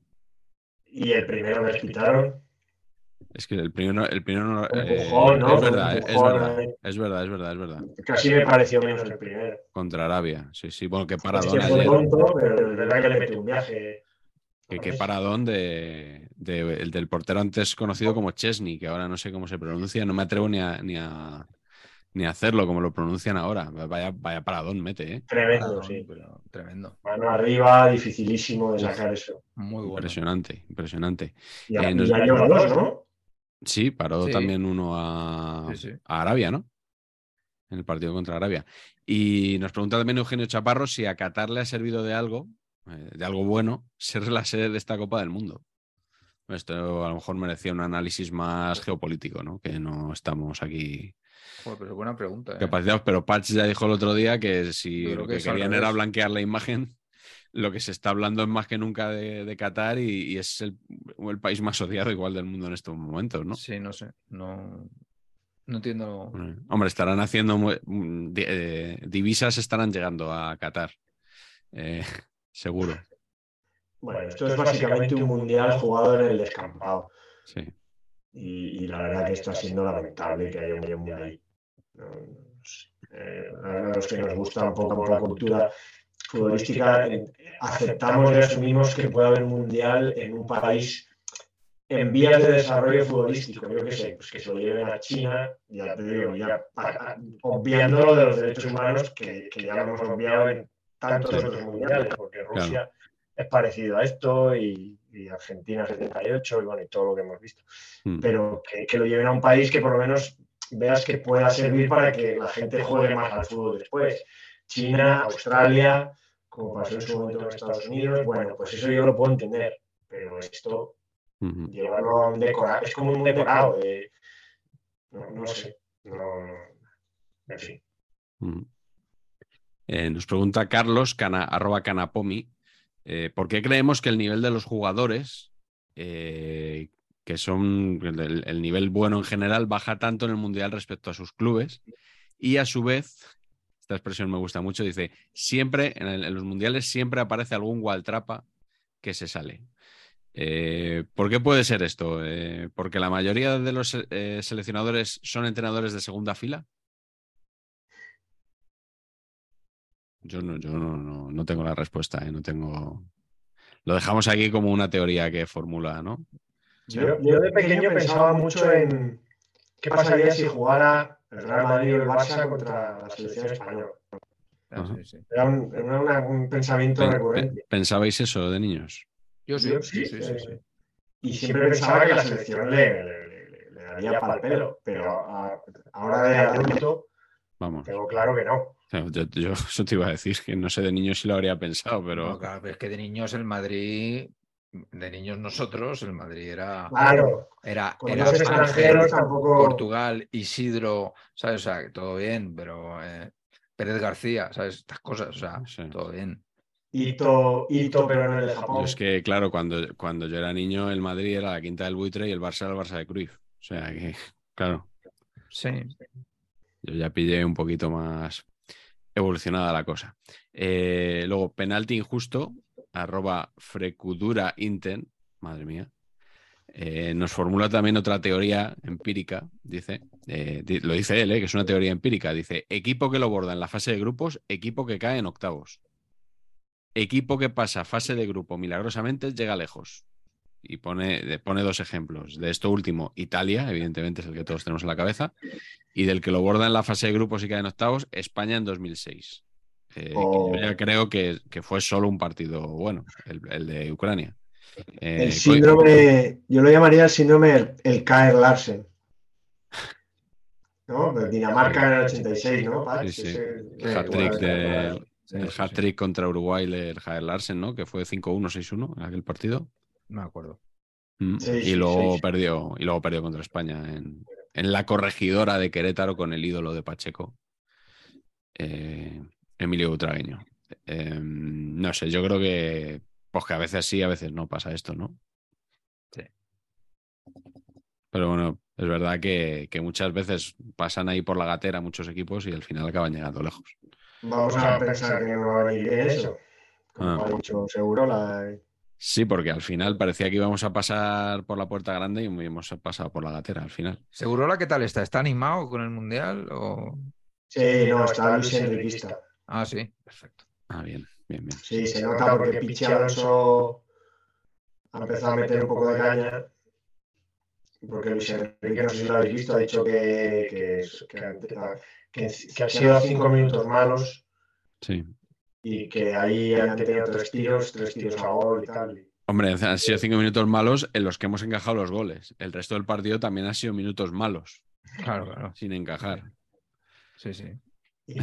Y el primero que les quitaron. Es que el primero, el primero no, Un eh, empujón, ¿no? es Fue un verdad, eh, es empujón, verdad, eh. es verdad, es verdad, es verdad. Casi me pareció menos el primero. Contra Arabia, sí, sí, bueno, qué Es paradón que fue ayer. tonto, pero es verdad que le metió un viaje. Que qué paradón de, de- el del portero antes conocido como Chesney, que ahora no sé cómo se pronuncia, no me atrevo ni a, ni a, ni a hacerlo como lo pronuncian ahora. Vaya, vaya paradón mete, ¿eh? Tremendo, Paradón, sí. pero tremendo. Mano arriba, dificilísimo de sacar eso. Muy bueno. Impresionante, impresionante. Y, a- Eh, y nos- ya lleva dos, ¿no? Sí, paró Sí. también uno a, Sí, sí. a Arabia, ¿no? En el partido contra Arabia. Y nos pregunta también Eugenio Chaparro si a Qatar le ha servido de algo, eh, de algo bueno, ser la sede de esta Copa del Mundo. Esto a lo mejor merecía un análisis más geopolítico, ¿no? Que no estamos aquí Joder, pero es buena pregunta. ¿eh? capacitados. Pero Patch ya dijo el otro día que si Yo creo lo que que es al querían era revés. blanquear la imagen, lo que se está hablando es más que nunca de, de Qatar y, y es el, el país más odiado igual del mundo en estos momentos, ¿no? Sí, no sé. No, no entiendo. Hombre, estarán haciendo mu- mm, di- eh, divisas, estarán llegando a Qatar. Eh, seguro. Bueno, esto es básicamente un mundial jugado en el descampado. Sí. Y, y la verdad que está siendo lamentable que haya un haya un mundial. No, no sé. Eh, a los que nos gusta un poco la cultura futbolística, eh, aceptamos y asumimos que puede haber un mundial en un país en vías de desarrollo futbolístico. Yo qué sé, pues que se lo lleven a China, ya te digo, ya para, obviándolo de los derechos humanos, que, que ya lo hemos obviado en tantos otros mundiales, porque Rusia Claro. es parecido a esto y, y Argentina setenta y ocho y bueno, y todo lo que hemos visto. Mm. Pero que, que lo lleven a un país que por lo menos veas que pueda servir para que la gente juegue más al fútbol después. China, Australia, como pasó en su momento en Estados Unidos, bueno, pues eso yo lo puedo entender, pero esto, Ujú. llevarlo a un decorado, es como un decorado de, no, no sé, no, no, en fin. Ujú. Eh, nos pregunta Carlos, cana, arroba canapomi, eh, ¿por qué creemos que el nivel de los jugadores, eh, que son el, el nivel bueno en general, baja tanto en el Mundial respecto a sus clubes? Y a su vez, esta expresión me gusta mucho, dice, siempre, en, el- en los Mundiales siempre aparece algún Waltrapa que se sale. Eh, ¿por qué puede ser esto? Eh, ¿porque la mayoría de los eh, seleccionadores son entrenadores de segunda fila? Yo no, yo no, no, no tengo la respuesta, ¿eh? No tengo... Lo dejamos aquí como una teoría que formula, ¿no? Yo, yo de pequeño pensaba mucho en qué pasaría si jugara el Real Madrid o el Barça contra la selección española. Ah, Ajá. sí, sí. Era un, era una- un pensamiento Pen- recurrente. pe- ¿Pensabais eso de niños? Yo sí, Yo sí, sí, sí, sí, eh, sí. Y siempre pensaba que la selección le, le, le- le daría para el pelo, pero a- ahora de adulto Vamos. tengo claro que no. Yo, yo eso te iba a decir, que no sé de niños si lo habría pensado, pero... No, claro, pero es que de niños el Madrid, de niños nosotros, el Madrid era, Claro, era, con era los Ángel, extranjeros tampoco. Portugal, Isidro, ¿sabes? O sea, que todo bien, pero eh, Pérez García, ¿sabes? Estas cosas, o sea, Sí. todo bien. Ito, Ito, pero no el de Japón. Yo es que, claro, cuando, cuando yo era niño, el Madrid era la Quinta del Buitre y el Barça era el Barça de Cruyff. O sea que, claro, Sí. yo ya pillé un poquito más evolucionada la cosa. Eh, luego, penalti injusto. arroba Frecudura Inten, madre mía, eh, nos formula también otra teoría empírica, dice, eh, di- lo dice él, eh, que es una teoría empírica, dice, equipo que lo borda en la fase de grupos, equipo que cae en octavos. Equipo que pasa fase de grupo milagrosamente llega lejos. Y pone, pone dos ejemplos. De esto último, Italia, evidentemente es el que todos tenemos en la cabeza, y del que lo borda en la fase de grupos y cae en octavos, España en dos mil seis. Eh, Oh. que yo ya creo que, que fue solo un partido bueno, el, el de Ucrania. Eh, El síndrome, yo lo llamaría el síndrome el, el Kyle Larsen. ¿No? Pues Dinamarca en el ochenta y seis, ¿no? Pax? Sí, sí. Ese- El hat-trick ese- del, Sí, el sí, hat-trick contra Uruguay del Jael Larsen, ¿no? Que fue cinco uno, seis uno en aquel partido. No me acuerdo. Mm. Sí, y sí, luego sí, sí. perdió y luego perdió contra España en, en la corregidora de Querétaro con el ídolo de Pacheco, eh, Emilio Butragueño. Eh, no sé, yo creo que pues que a veces sí, a veces no pasa esto, ¿no? Sí. Pero bueno, es verdad que, que muchas veces pasan ahí por la gatera muchos equipos y al final acaban llegando lejos. Vamos a pensar que no va a venir bien eso. Como Ah. ha dicho seguro, la... Sí, porque al final parecía que íbamos a pasar por la puerta grande y hemos pasado por la gatera al final. ¿Segurola qué tal está? ¿Está animado con el Mundial? O... Sí, no, está Luis Enriquista. Ah, sí, perfecto. Ah, bien, bien, bien. Sí, se nota porque Pichi Alonso ha empezado a meter un poco de caña. Porque Luis Enrique, no sé si lo habéis visto, ha dicho que, que, que, que, que han sido cinco minutos malos. Sí. Y que ahí han tenido tres tiros, tres tiros a gol y tal. Hombre, han sido cinco minutos malos en los que hemos encajado los goles. El resto del partido también ha sido minutos malos. Claro, claro. Sin encajar. Sí, sí. Y...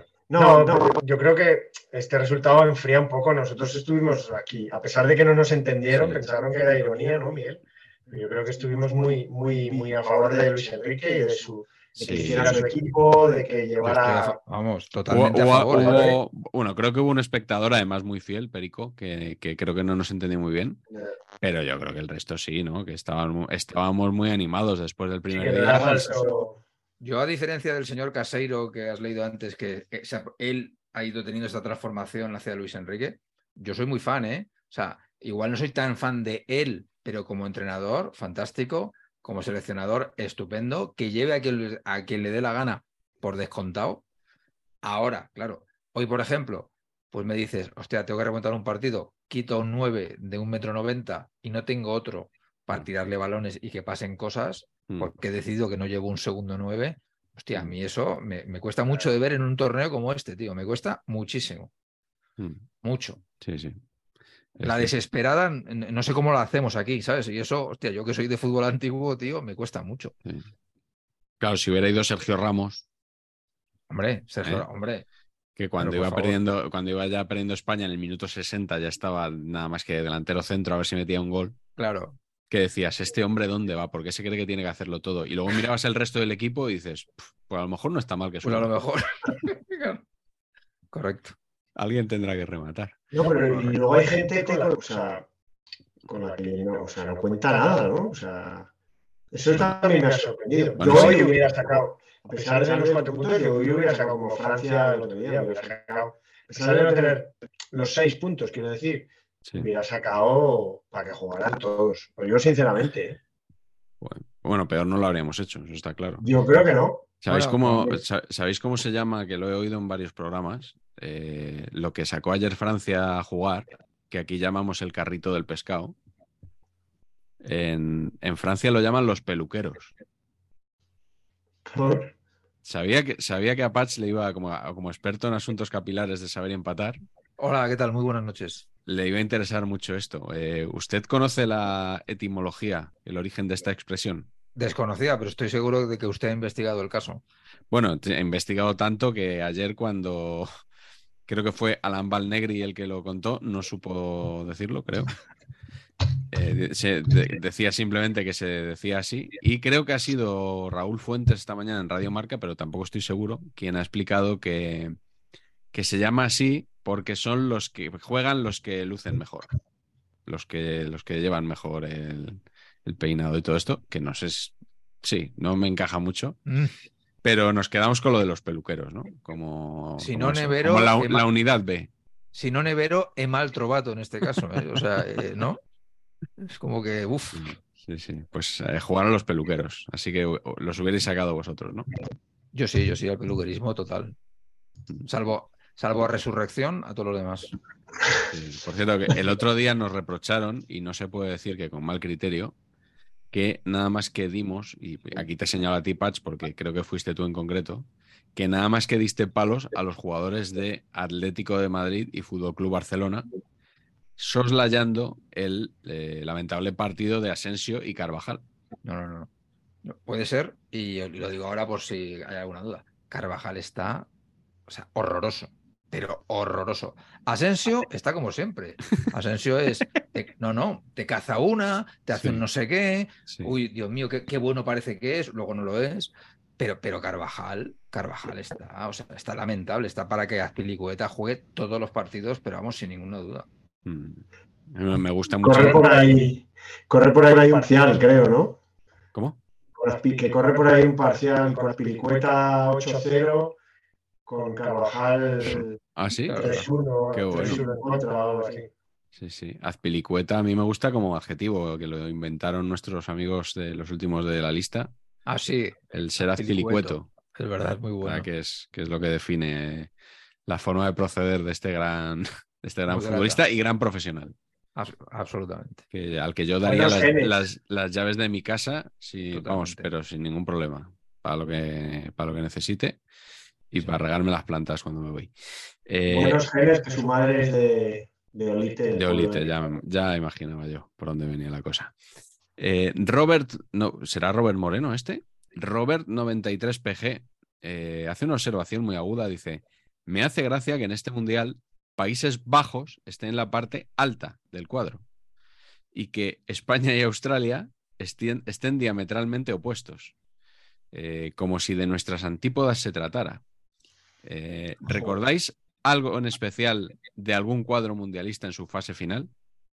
No, no, yo creo que este resultado enfría un poco. Nosotros estuvimos aquí, a pesar de que no nos entendieron, Sí. pensaron que era ironía, ¿no, Miguel? Yo creo que estuvimos muy, muy, muy a favor de Luis Enrique y de su... De que Sí. hiciera su equipo, de que Yo estoy a llevara... fa- vamos, totalmente Hubo- a favor. hubo- ¿eh? hubo- bueno, creo que hubo un espectador además muy fiel, Perico, que, que creo que no nos entendió muy bien. Pero yo creo que el resto sí, ¿no? Que estábamos, estábamos muy animados después del Sí, primer que día. era falso. Yo, a diferencia del señor Caseiro que has leído antes, que, que se ha- él ha ido teniendo esta transformación hacia Luis Enrique, yo soy muy fan, ¿eh? O sea, igual no soy tan fan de él, pero como entrenador, fantástico. Como seleccionador, estupendo. Que lleve a quien, a quien le dé la gana, por descontado. Ahora, claro, hoy, por ejemplo, pues me dices, hostia, tengo que remontar un partido, quito un nueve de un metro noventa y no tengo otro para tirarle balones y que pasen cosas, Mm. porque he decidido que no llevo un segundo nueve. Hostia, a mí eso me, me cuesta mucho de ver en un torneo como este, tío. Me cuesta muchísimo. Mm. Mucho. Sí, sí. Es La que- desesperada, n- no sé cómo la hacemos aquí, ¿sabes? Y eso, hostia, yo que soy de fútbol antiguo, tío, me cuesta mucho. sí. Claro, si hubiera ido Sergio Ramos, Hombre, Sergio, ¿Eh? hombre. que cuando Pero, por iba favor. perdiendo, cuando iba ya perdiendo España en el minuto sesenta ya estaba nada más que delantero centro a ver si metía un gol. Claro. Que decías, ¿este hombre dónde va? ¿Por qué se cree que tiene que hacerlo todo? Y luego mirabas el resto del equipo y dices, "Pf, pues a lo mejor no está mal que Pues a suba. lo mejor. Claro. Correcto. Alguien tendrá que rematar. No, pero y luego hay gente con la, o sea, con la que no, o sea, no cuenta nada, ¿no? O sea, eso también me ha sorprendido. Bueno, Yo sí. hoy hubiera sacado, a pesar de los cuatro puntos, yo hoy hubiera sacado como Francia el otro día, hubiera sacado, a pesar de no tener los seis puntos, quiero decir, Sí. hubiera sacado para que jugaran todos. Pero yo, sinceramente, ¿eh? Bueno, bueno, peor no lo habríamos hecho, eso está claro. Yo creo que no. ¿Sabéis, Bueno, cómo, hombre. sa- ¿Sabéis cómo se llama? Que lo he oído en varios programas. Eh, lo que sacó ayer Francia a jugar, que aquí llamamos el carrito del pescado. En, en Francia lo llaman los peluqueros. Por- Sabía que, sabía que a Patch le iba, como, a- como experto en asuntos capilares de saber y empatar, Hola, ¿qué tal? Muy buenas noches. le iba a interesar mucho esto. Eh, ¿Usted conoce la etimología, el origen de esta expresión? Desconocida, pero estoy seguro de que usted ha investigado el caso. Bueno, te- he investigado tanto que ayer cuando creo que fue Alan Balnegri el que lo contó, no supo decirlo, creo. Eh, de- se de- decía simplemente que se decía así y creo que ha sido Raúl Fuentes esta mañana en Radio Marca, pero tampoco estoy seguro, quien ha explicado que, que se llama así porque son los que juegan los que lucen mejor, los que, los que llevan mejor el, el peinado y todo esto, que no sé, si- sí, no me encaja mucho. Mm, Pero nos quedamos con lo de los peluqueros, ¿no? Como, Si como no, eso, Nevero, como la, Ema- la unidad B. si no nevero, è mal trovato en este caso. ¿eh? O sea, eh, ¿no? Es como que, uff. Sí, sí. Pues eh, jugaron los peluqueros, así que uh, los hubierais sacado vosotros, ¿no? Yo sí, yo sí, al peluquerismo total. Salvo, salvo a Resurrección, a todos los demás. Sí, por cierto, que el otro día nos reprocharon, y no se puede decir que con mal criterio, que nada más que dimos, y aquí te señalo a ti, Patch, porque creo que fuiste tú en concreto, que nada más que diste palos a los jugadores de Atlético de Madrid y Fútbol Club Barcelona, soslayando el eh, lamentable partido de Asensio y Carvajal. No, no, no. no. Puede ser, y lo digo ahora por si hay alguna duda. Carvajal está, o sea, horroroso, pero horroroso. Asensio está como siempre. Asensio es, te, no, no, te caza una, te hace Sí, un no sé qué, sí. uy, Dios mío, qué, qué bueno parece que es, luego no lo es. Pero, pero Carvajal, Carvajal está, o sea, está lamentable, está para que Azpilicueta juegue todos los partidos, pero vamos, sin ninguna duda. Mm. Me gusta mucho. Corre por ahí, corre por ahí un parcial, creo, ¿no? ¿Cómo? Que corre por ahí un parcial con Azpilicueta ocho cero, con Carvajal ¿Ah, sí? tres uno, Qué bueno. tres uno en contra o algo así. Sí, sí. Azpilicueta a mí me gusta como adjetivo, que lo inventaron nuestros amigos de los últimos de la lista. Ah, sí. El ser azpilicueto. Es verdad, es muy bueno. Que es, que es lo que define la forma de proceder de este gran, de este gran Muy futbolista grata. y gran profesional. Abs- absolutamente. Que, al que yo daría Buenos las, genes. las, las llaves de mi casa, sí, Totalmente. vamos, pero sin ningún problema, para lo que, para lo que necesite y Sí. para regarme las plantas cuando me voy. Eh, Buenos genes, que su madre es de, de Olite. del de pueblo Olite, de- ya, ya imaginaba yo por dónde venía la cosa. Eh, Robert, no, ¿será Robert Moreno este? Robert noventa y tres P G eh, hace una observación muy aguda, dice: me hace gracia que en este mundial Países Bajos esté en la parte alta del cuadro y que España y Australia estén, estén diametralmente opuestos, eh, como si de nuestras antípodas se tratara. Eh, ¿recordáis algo en especial de algún cuadro mundialista en su fase final?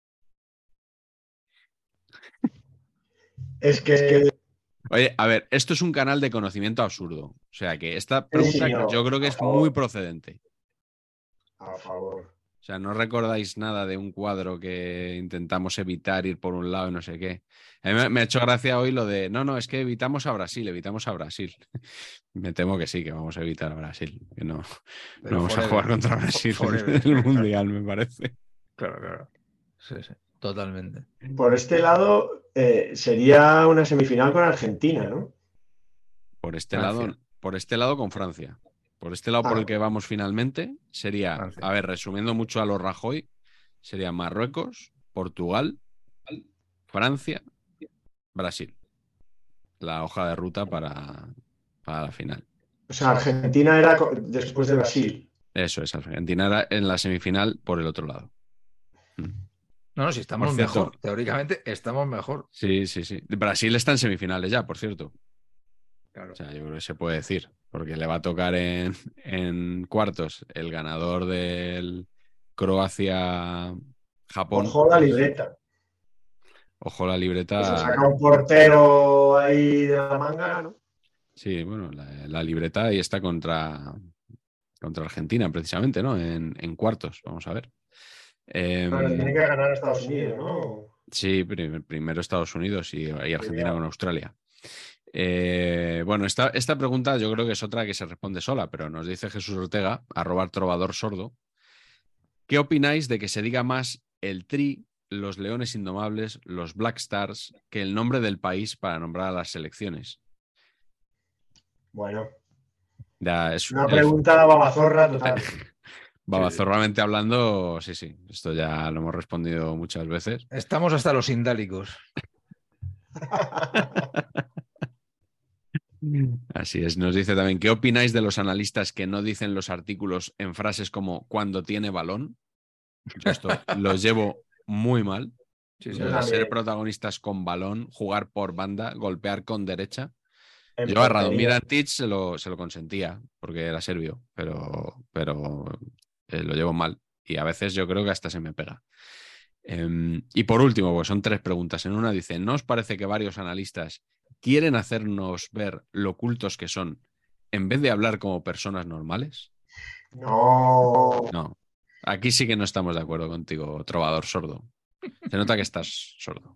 Es que, es que Oye, a ver, esto es un canal de conocimiento absurdo. O sea que esta pregunta sí, no, yo creo que por es favor. muy procedente. a favor. O sea, no recordáis nada de un cuadro que intentamos evitar ir por un lado y no sé qué. A mí me, me ha hecho gracia hoy lo de, no, no, es que evitamos a Brasil, evitamos a Brasil. Me temo que sí, que vamos a evitar a Brasil, que no, Pero no vamos forever. a jugar contra Brasil Forever. en el Mundial, me parece. Claro, claro. Sí, sí. Totalmente. Por este lado, eh, sería una semifinal con Argentina, ¿no? Por este Francia. lado, por este lado con Francia. Por este lado por Ah. el que vamos finalmente sería, Francia. a ver, resumiendo mucho a los Rajoy, sería Marruecos, Portugal, Francia, Brasil. La hoja de ruta para, para la final. O sea, Argentina era co- después de Brasil. Eso es, Argentina era en la semifinal por el otro lado. No, no, si estamos Por cierto. mejor. Teóricamente estamos mejor. Sí, sí, sí. Brasil está en semifinales ya, por cierto. Claro. O sea, yo creo que se puede decir, porque le va a tocar en, en cuartos el ganador del Croacia-Japón. Ojo la libreta. Ojo la Se libreta. saca un portero ahí de la manga, ¿no? Sí, bueno, la, la libreta ahí está contra, contra Argentina, precisamente, ¿no? En, en cuartos, vamos a ver. Eh, Bueno, tiene que ganar a Estados Unidos, ¿no? Sí, prim- primero Estados Unidos y, y Argentina con Australia. Eh, bueno, esta, esta pregunta yo creo que es otra que se responde sola, pero nos dice Jesús Ortega, arroba trovador sordo. ¿Qué opináis de que se diga más el Tri, los Leones Indomables, los Black Stars, que el nombre del país para nombrar a las selecciones? Bueno, Ya, es, una el- pregunta babazorra total. babazorramente hablando, sí, sí, esto ya lo hemos respondido muchas veces. Estamos hasta los indálicos. Así es, nos dice también, ¿qué opináis de los analistas que no dicen los artículos en frases como cuando tiene balón? Yo esto los llevo muy mal. Sí, Lo sí. de también. ser protagonistas con balón, jugar por banda, golpear con derecha. En Yo a portería. Radomir Antic se lo, se lo consentía porque era serbio, pero, pero eh, lo llevo mal y a veces yo creo que hasta se me pega. Eh, y por último, pues son tres preguntas en una. Dice, ¿no os parece que varios analistas quieren hacernos ver lo cultos que son en vez de hablar como personas normales? No. No. Aquí sí que no estamos de acuerdo contigo, trovador sordo. Se nota que estás sordo.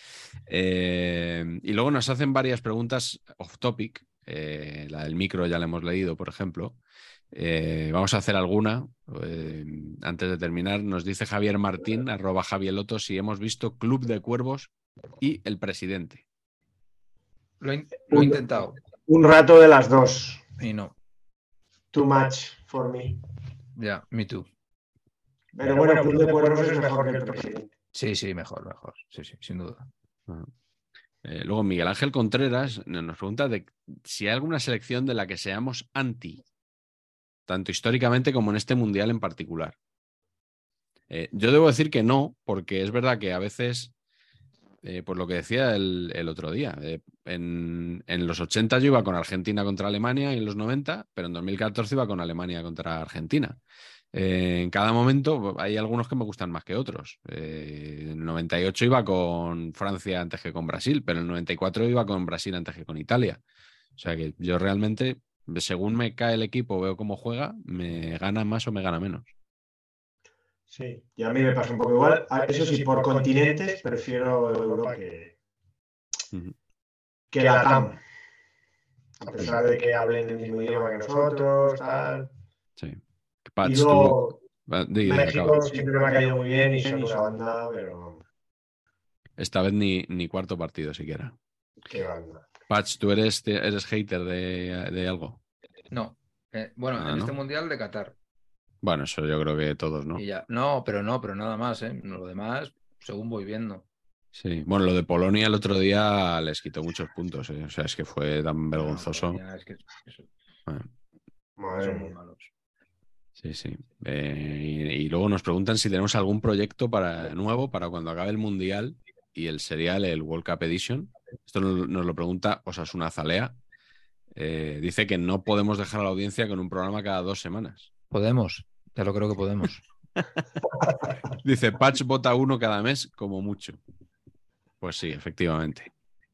Eh, y luego nos hacen varias preguntas off topic. Eh, la del micro ya la hemos leído, por ejemplo. Eh, vamos a hacer alguna. Eh, antes de terminar, nos dice Javier Martín, arroba Javieloto, si hemos visto Club de Cuervos y El Presidente. Lo he, lo he intentado. Un rato de las dos. Y no. Too much for me. Ya, yeah, me too. Pero bueno, Club de Cuervos es mejor que El Presidente. Sí, sí, mejor, mejor. Sí, sí, sin duda. Uh-huh. Eh, luego Miguel Ángel Contreras nos pregunta de si hay alguna selección de la que seamos anti, tanto históricamente como en este mundial en particular. Eh, yo debo decir que no, porque es verdad que a veces, eh, por lo que decía el, el otro día, eh, en, en los ochenta yo iba con Argentina contra Alemania y en los noventa, pero en dos mil catorce iba con Alemania contra Argentina. Eh, en cada momento hay algunos que me gustan más que otros. Eh, en el noventa y ocho iba con Francia antes que con Brasil, pero en el noventa y cuatro iba con Brasil antes que con Italia. O sea que yo realmente, según me cae el equipo, veo cómo juega, me gana más o me gana menos. Sí, y a mí me pasa un poco igual. Eso sí, por continentes prefiero Europa que, uh-huh. que la T A M. A pesar de que hablen el mismo idioma que nosotros, tal. Sí. Patch, y luego, tú... México siempre me ha caído muy bien y son una banda, pero... Esta vez ni, ni cuarto partido siquiera. Qué banda. Patch, ¿tú eres, eres hater de, de algo? No. Eh, bueno, ah, en ¿no? este Mundial de Qatar. Bueno, eso yo creo que todos, ¿no? Y ya. No, pero no, pero nada más, ¿eh? Lo demás, según voy viendo. Sí, bueno, lo de Polonia el otro día les quitó muchos puntos, ¿eh? O sea, es que fue tan vergonzoso. No, es que eso... bueno. Son muy malos. Sí, sí. Eh, y, y luego nos preguntan si tenemos algún proyecto para, nuevo para cuando acabe el Mundial y el serial, el World Cup Edition. Esto nos, nos lo pregunta Osasuna Zalea. Eh, dice que no podemos dejar a la audiencia con un programa cada dos semanas. Podemos, ya lo creo que podemos. Dice, Patch vota uno cada mes como mucho. Pues sí, efectivamente.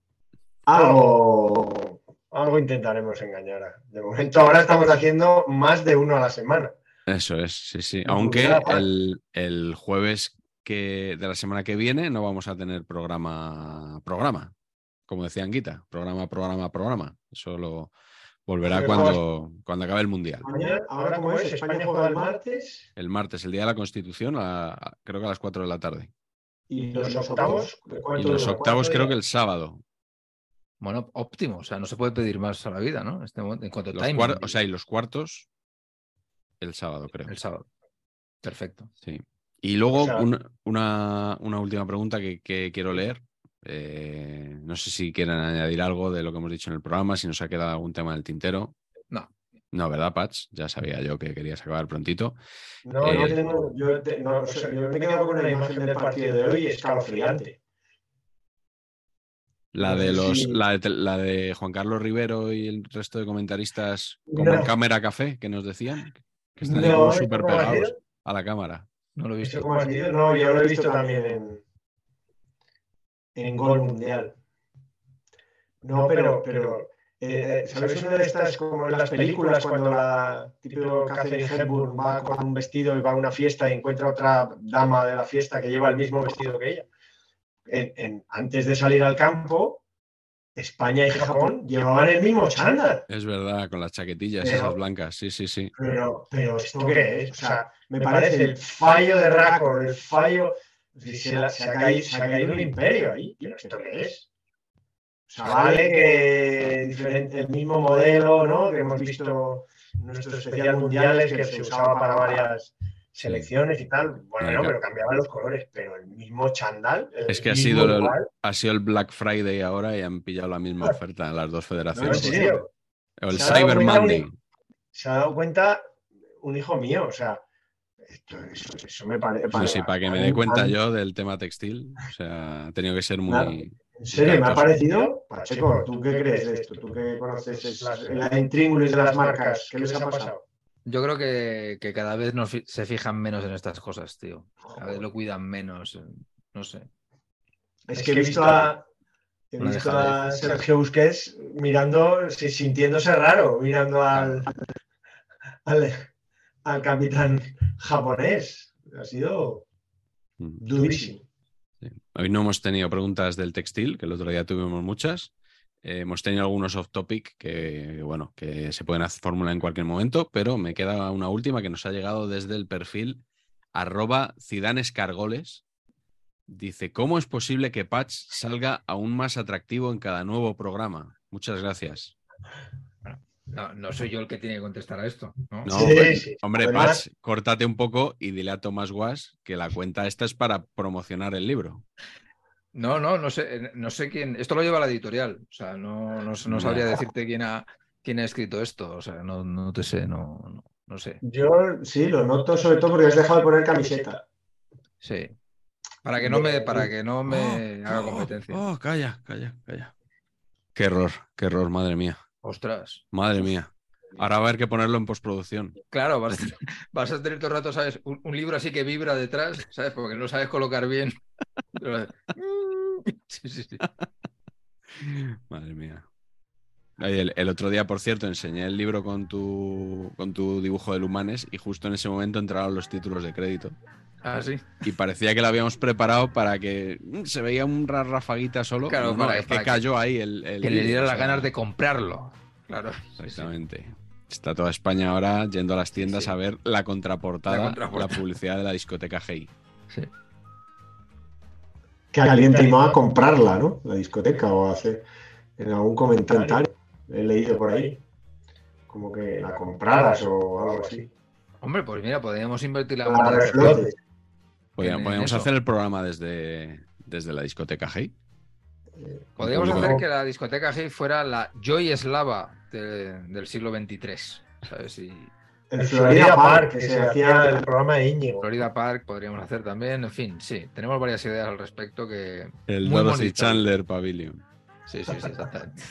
Algo, algo intentaremos engañar. De momento ahora estamos haciendo más de uno a la semana. Eso es, sí, sí. Aunque el, el jueves que, de la semana que viene no vamos a tener programa, programa, como decía Anguita, programa, programa, programa. Eso lo volverá cuando, cuando acabe el Mundial. Mañana, ahora como es, España juega el martes. El martes, el día de la Constitución, a, a, creo que a las cuatro de la tarde. ¿Y los octavos? Y los octavos creo que el sábado. Bueno, óptimo, o sea, no se puede pedir más a la vida, ¿no? Este, en cuanto a los timing. O sea, y los cuartos el sábado, creo. El sábado. Perfecto. Sí. Y luego o sea, una, una, una última pregunta que, que quiero leer. Eh, no sé si quieren añadir algo de lo que hemos dicho en el programa, si nos ha quedado algún tema en el tintero. No. No, ¿verdad, Patch? Ya sabía yo que querías acabar prontito. No, eh, no tengo, yo, te, no, o sea, yo me he quedado con una imagen del partido de hoy escalofriante. La de los, sí. la, de, la de Juan Carlos Rivero y el resto de comentaristas como no. en cámara café, que nos decían que están no, súper pegados a la cámara. No lo he visto. ¿Cómo has dicho? No, yo lo he visto también en, en Gol Mundial. No, pero, pero eh, ¿sabes una de estas como en las películas cuando la típico Catherine Hepburn va con un vestido y va a una fiesta y encuentra otra dama de la fiesta que lleva el mismo vestido que ella? En, en, antes de salir al campo, España y Japón llevaban el mismo chándal. Es verdad, con las chaquetillas pero, esas blancas, sí, sí, sí. Pero, pero ¿esto qué es? O sea, me parece el fallo de Raccord, el fallo... Se, la, se, ha caído, se ha caído un imperio ahí. ¿Pero esto qué es? O sea, vale que diferente, el mismo modelo, ¿no? Que hemos visto en nuestros especiales mundiales que se usaba para varias... selecciones y tal, bueno, no, pero cambiaban los colores, pero el mismo chándal. Es que ha sido, el, ha sido el Black Friday ahora y han pillado la misma oferta en las dos federaciones. No, ¿en serio? O el Cyber Monday. Un, se ha dado cuenta un hijo mío, o sea, esto, eso, eso me parece. Para, sí, sí, para que me dé cuenta yo del tema textil, o sea, ha tenido que ser muy. Claro. ¿En serio? ¿Me ha parecido? Pacheco, ¿tú qué crees de esto? ¿Tú qué conoces la intríngulis de las marcas? ¿Qué les ha pasado? Yo creo que, que cada vez nos fi- se fijan menos en estas cosas, tío. Cada vez lo cuidan menos. No sé. Es que he visto a, he visto a Sergio Busquets mirando, sintiéndose raro, mirando al, al, al capitán japonés. Ha sido durísimo. Sí. Hoy no hemos tenido preguntas del textil, que el otro día tuvimos muchas. Eh, hemos tenido algunos off topic que, bueno, que se pueden hacer formular en cualquier momento, pero me queda una última que nos ha llegado desde el perfil arroba Zidanescargoles. Dice, ¿cómo es posible que Patch salga aún más atractivo en cada nuevo programa? Muchas gracias. No, no soy yo el que tiene que contestar a esto, ¿no? No, Sí, hombre, sí. hombre Además- Patch, córtate un poco y dile a Tomás Guas que la cuenta esta es para promocionar el libro. No, no, no sé, no sé quién. Esto lo lleva la editorial. O sea, no, no, no sabría decirte quién ha, quién ha escrito esto. O sea, no, no te sé, no, no, no sé. Yo sí, lo noto sobre todo porque has dejado de poner camiseta. Sí. Para que no me, para que no me Oh, haga oh, competencia. Oh, calla, calla, calla. Qué error, qué error, madre mía. Ostras. Madre mía. Ahora va a haber que ponerlo en postproducción. Claro, vas, vas a tener todo el rato, ¿sabes? Un, un libro así que vibra detrás, ¿sabes? Porque no sabes colocar bien. Sí, sí, sí. Madre mía. Oye, El, el otro día, por cierto, enseñé el libro con tu, con tu dibujo del Humanes y justo en ese momento entraron los títulos de crédito. Ah, sí. Y parecía que lo habíamos preparado para que mm, se veía un ra- rafaguita solo. Claro, No, no, para- es para que que- cayó ahí el, el Que le libro, diera o las sea, ganas de comprarlo. Claro. Exactamente. Está toda España ahora yendo a las tiendas sí. a ver la contraportada, La la, contraportada. publicidad de la discoteca Hey. Sí. Que alguien te animaba a comprarla, ¿no? La discoteca o a hacer en algún comentario. He leído por ahí. Como que la compraras o algo así. Hombre, pues mira, podríamos invertir la Para moneda. reflote. Podríamos, En podríamos eso. hacer el programa desde, desde la discoteca Hey. Podríamos Un poco- hacer que la discoteca Hey fuera la Joy Eslava de- del siglo veintitrés. ¿Sabes? Y El Florida Park, que se hacía el programa de Íñigo. Florida Park podríamos hacer también. En fin, sí, tenemos varias ideas al respecto que. El muy Dorothy monetarias. Chandler Pavilion. Sí, sí, sí, exactamente.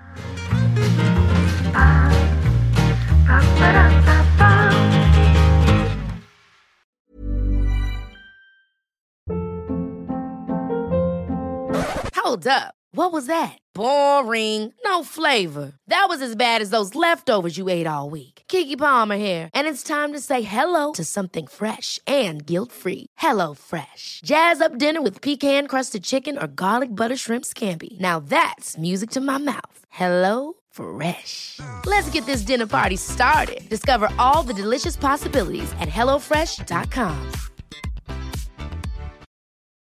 Hold up. What was that? Boring. No flavor. That was as bad as those leftovers you ate all week. Keke Palmer here, and it's time to say hello to something fresh and guilt-free. Hello Fresh. Jazz up dinner with pecan-crusted chicken or garlic butter shrimp scampi. Now that's music to my mouth. Hello Fresh. Let's get this dinner party started. Discover all the delicious possibilities at hello fresh dot com.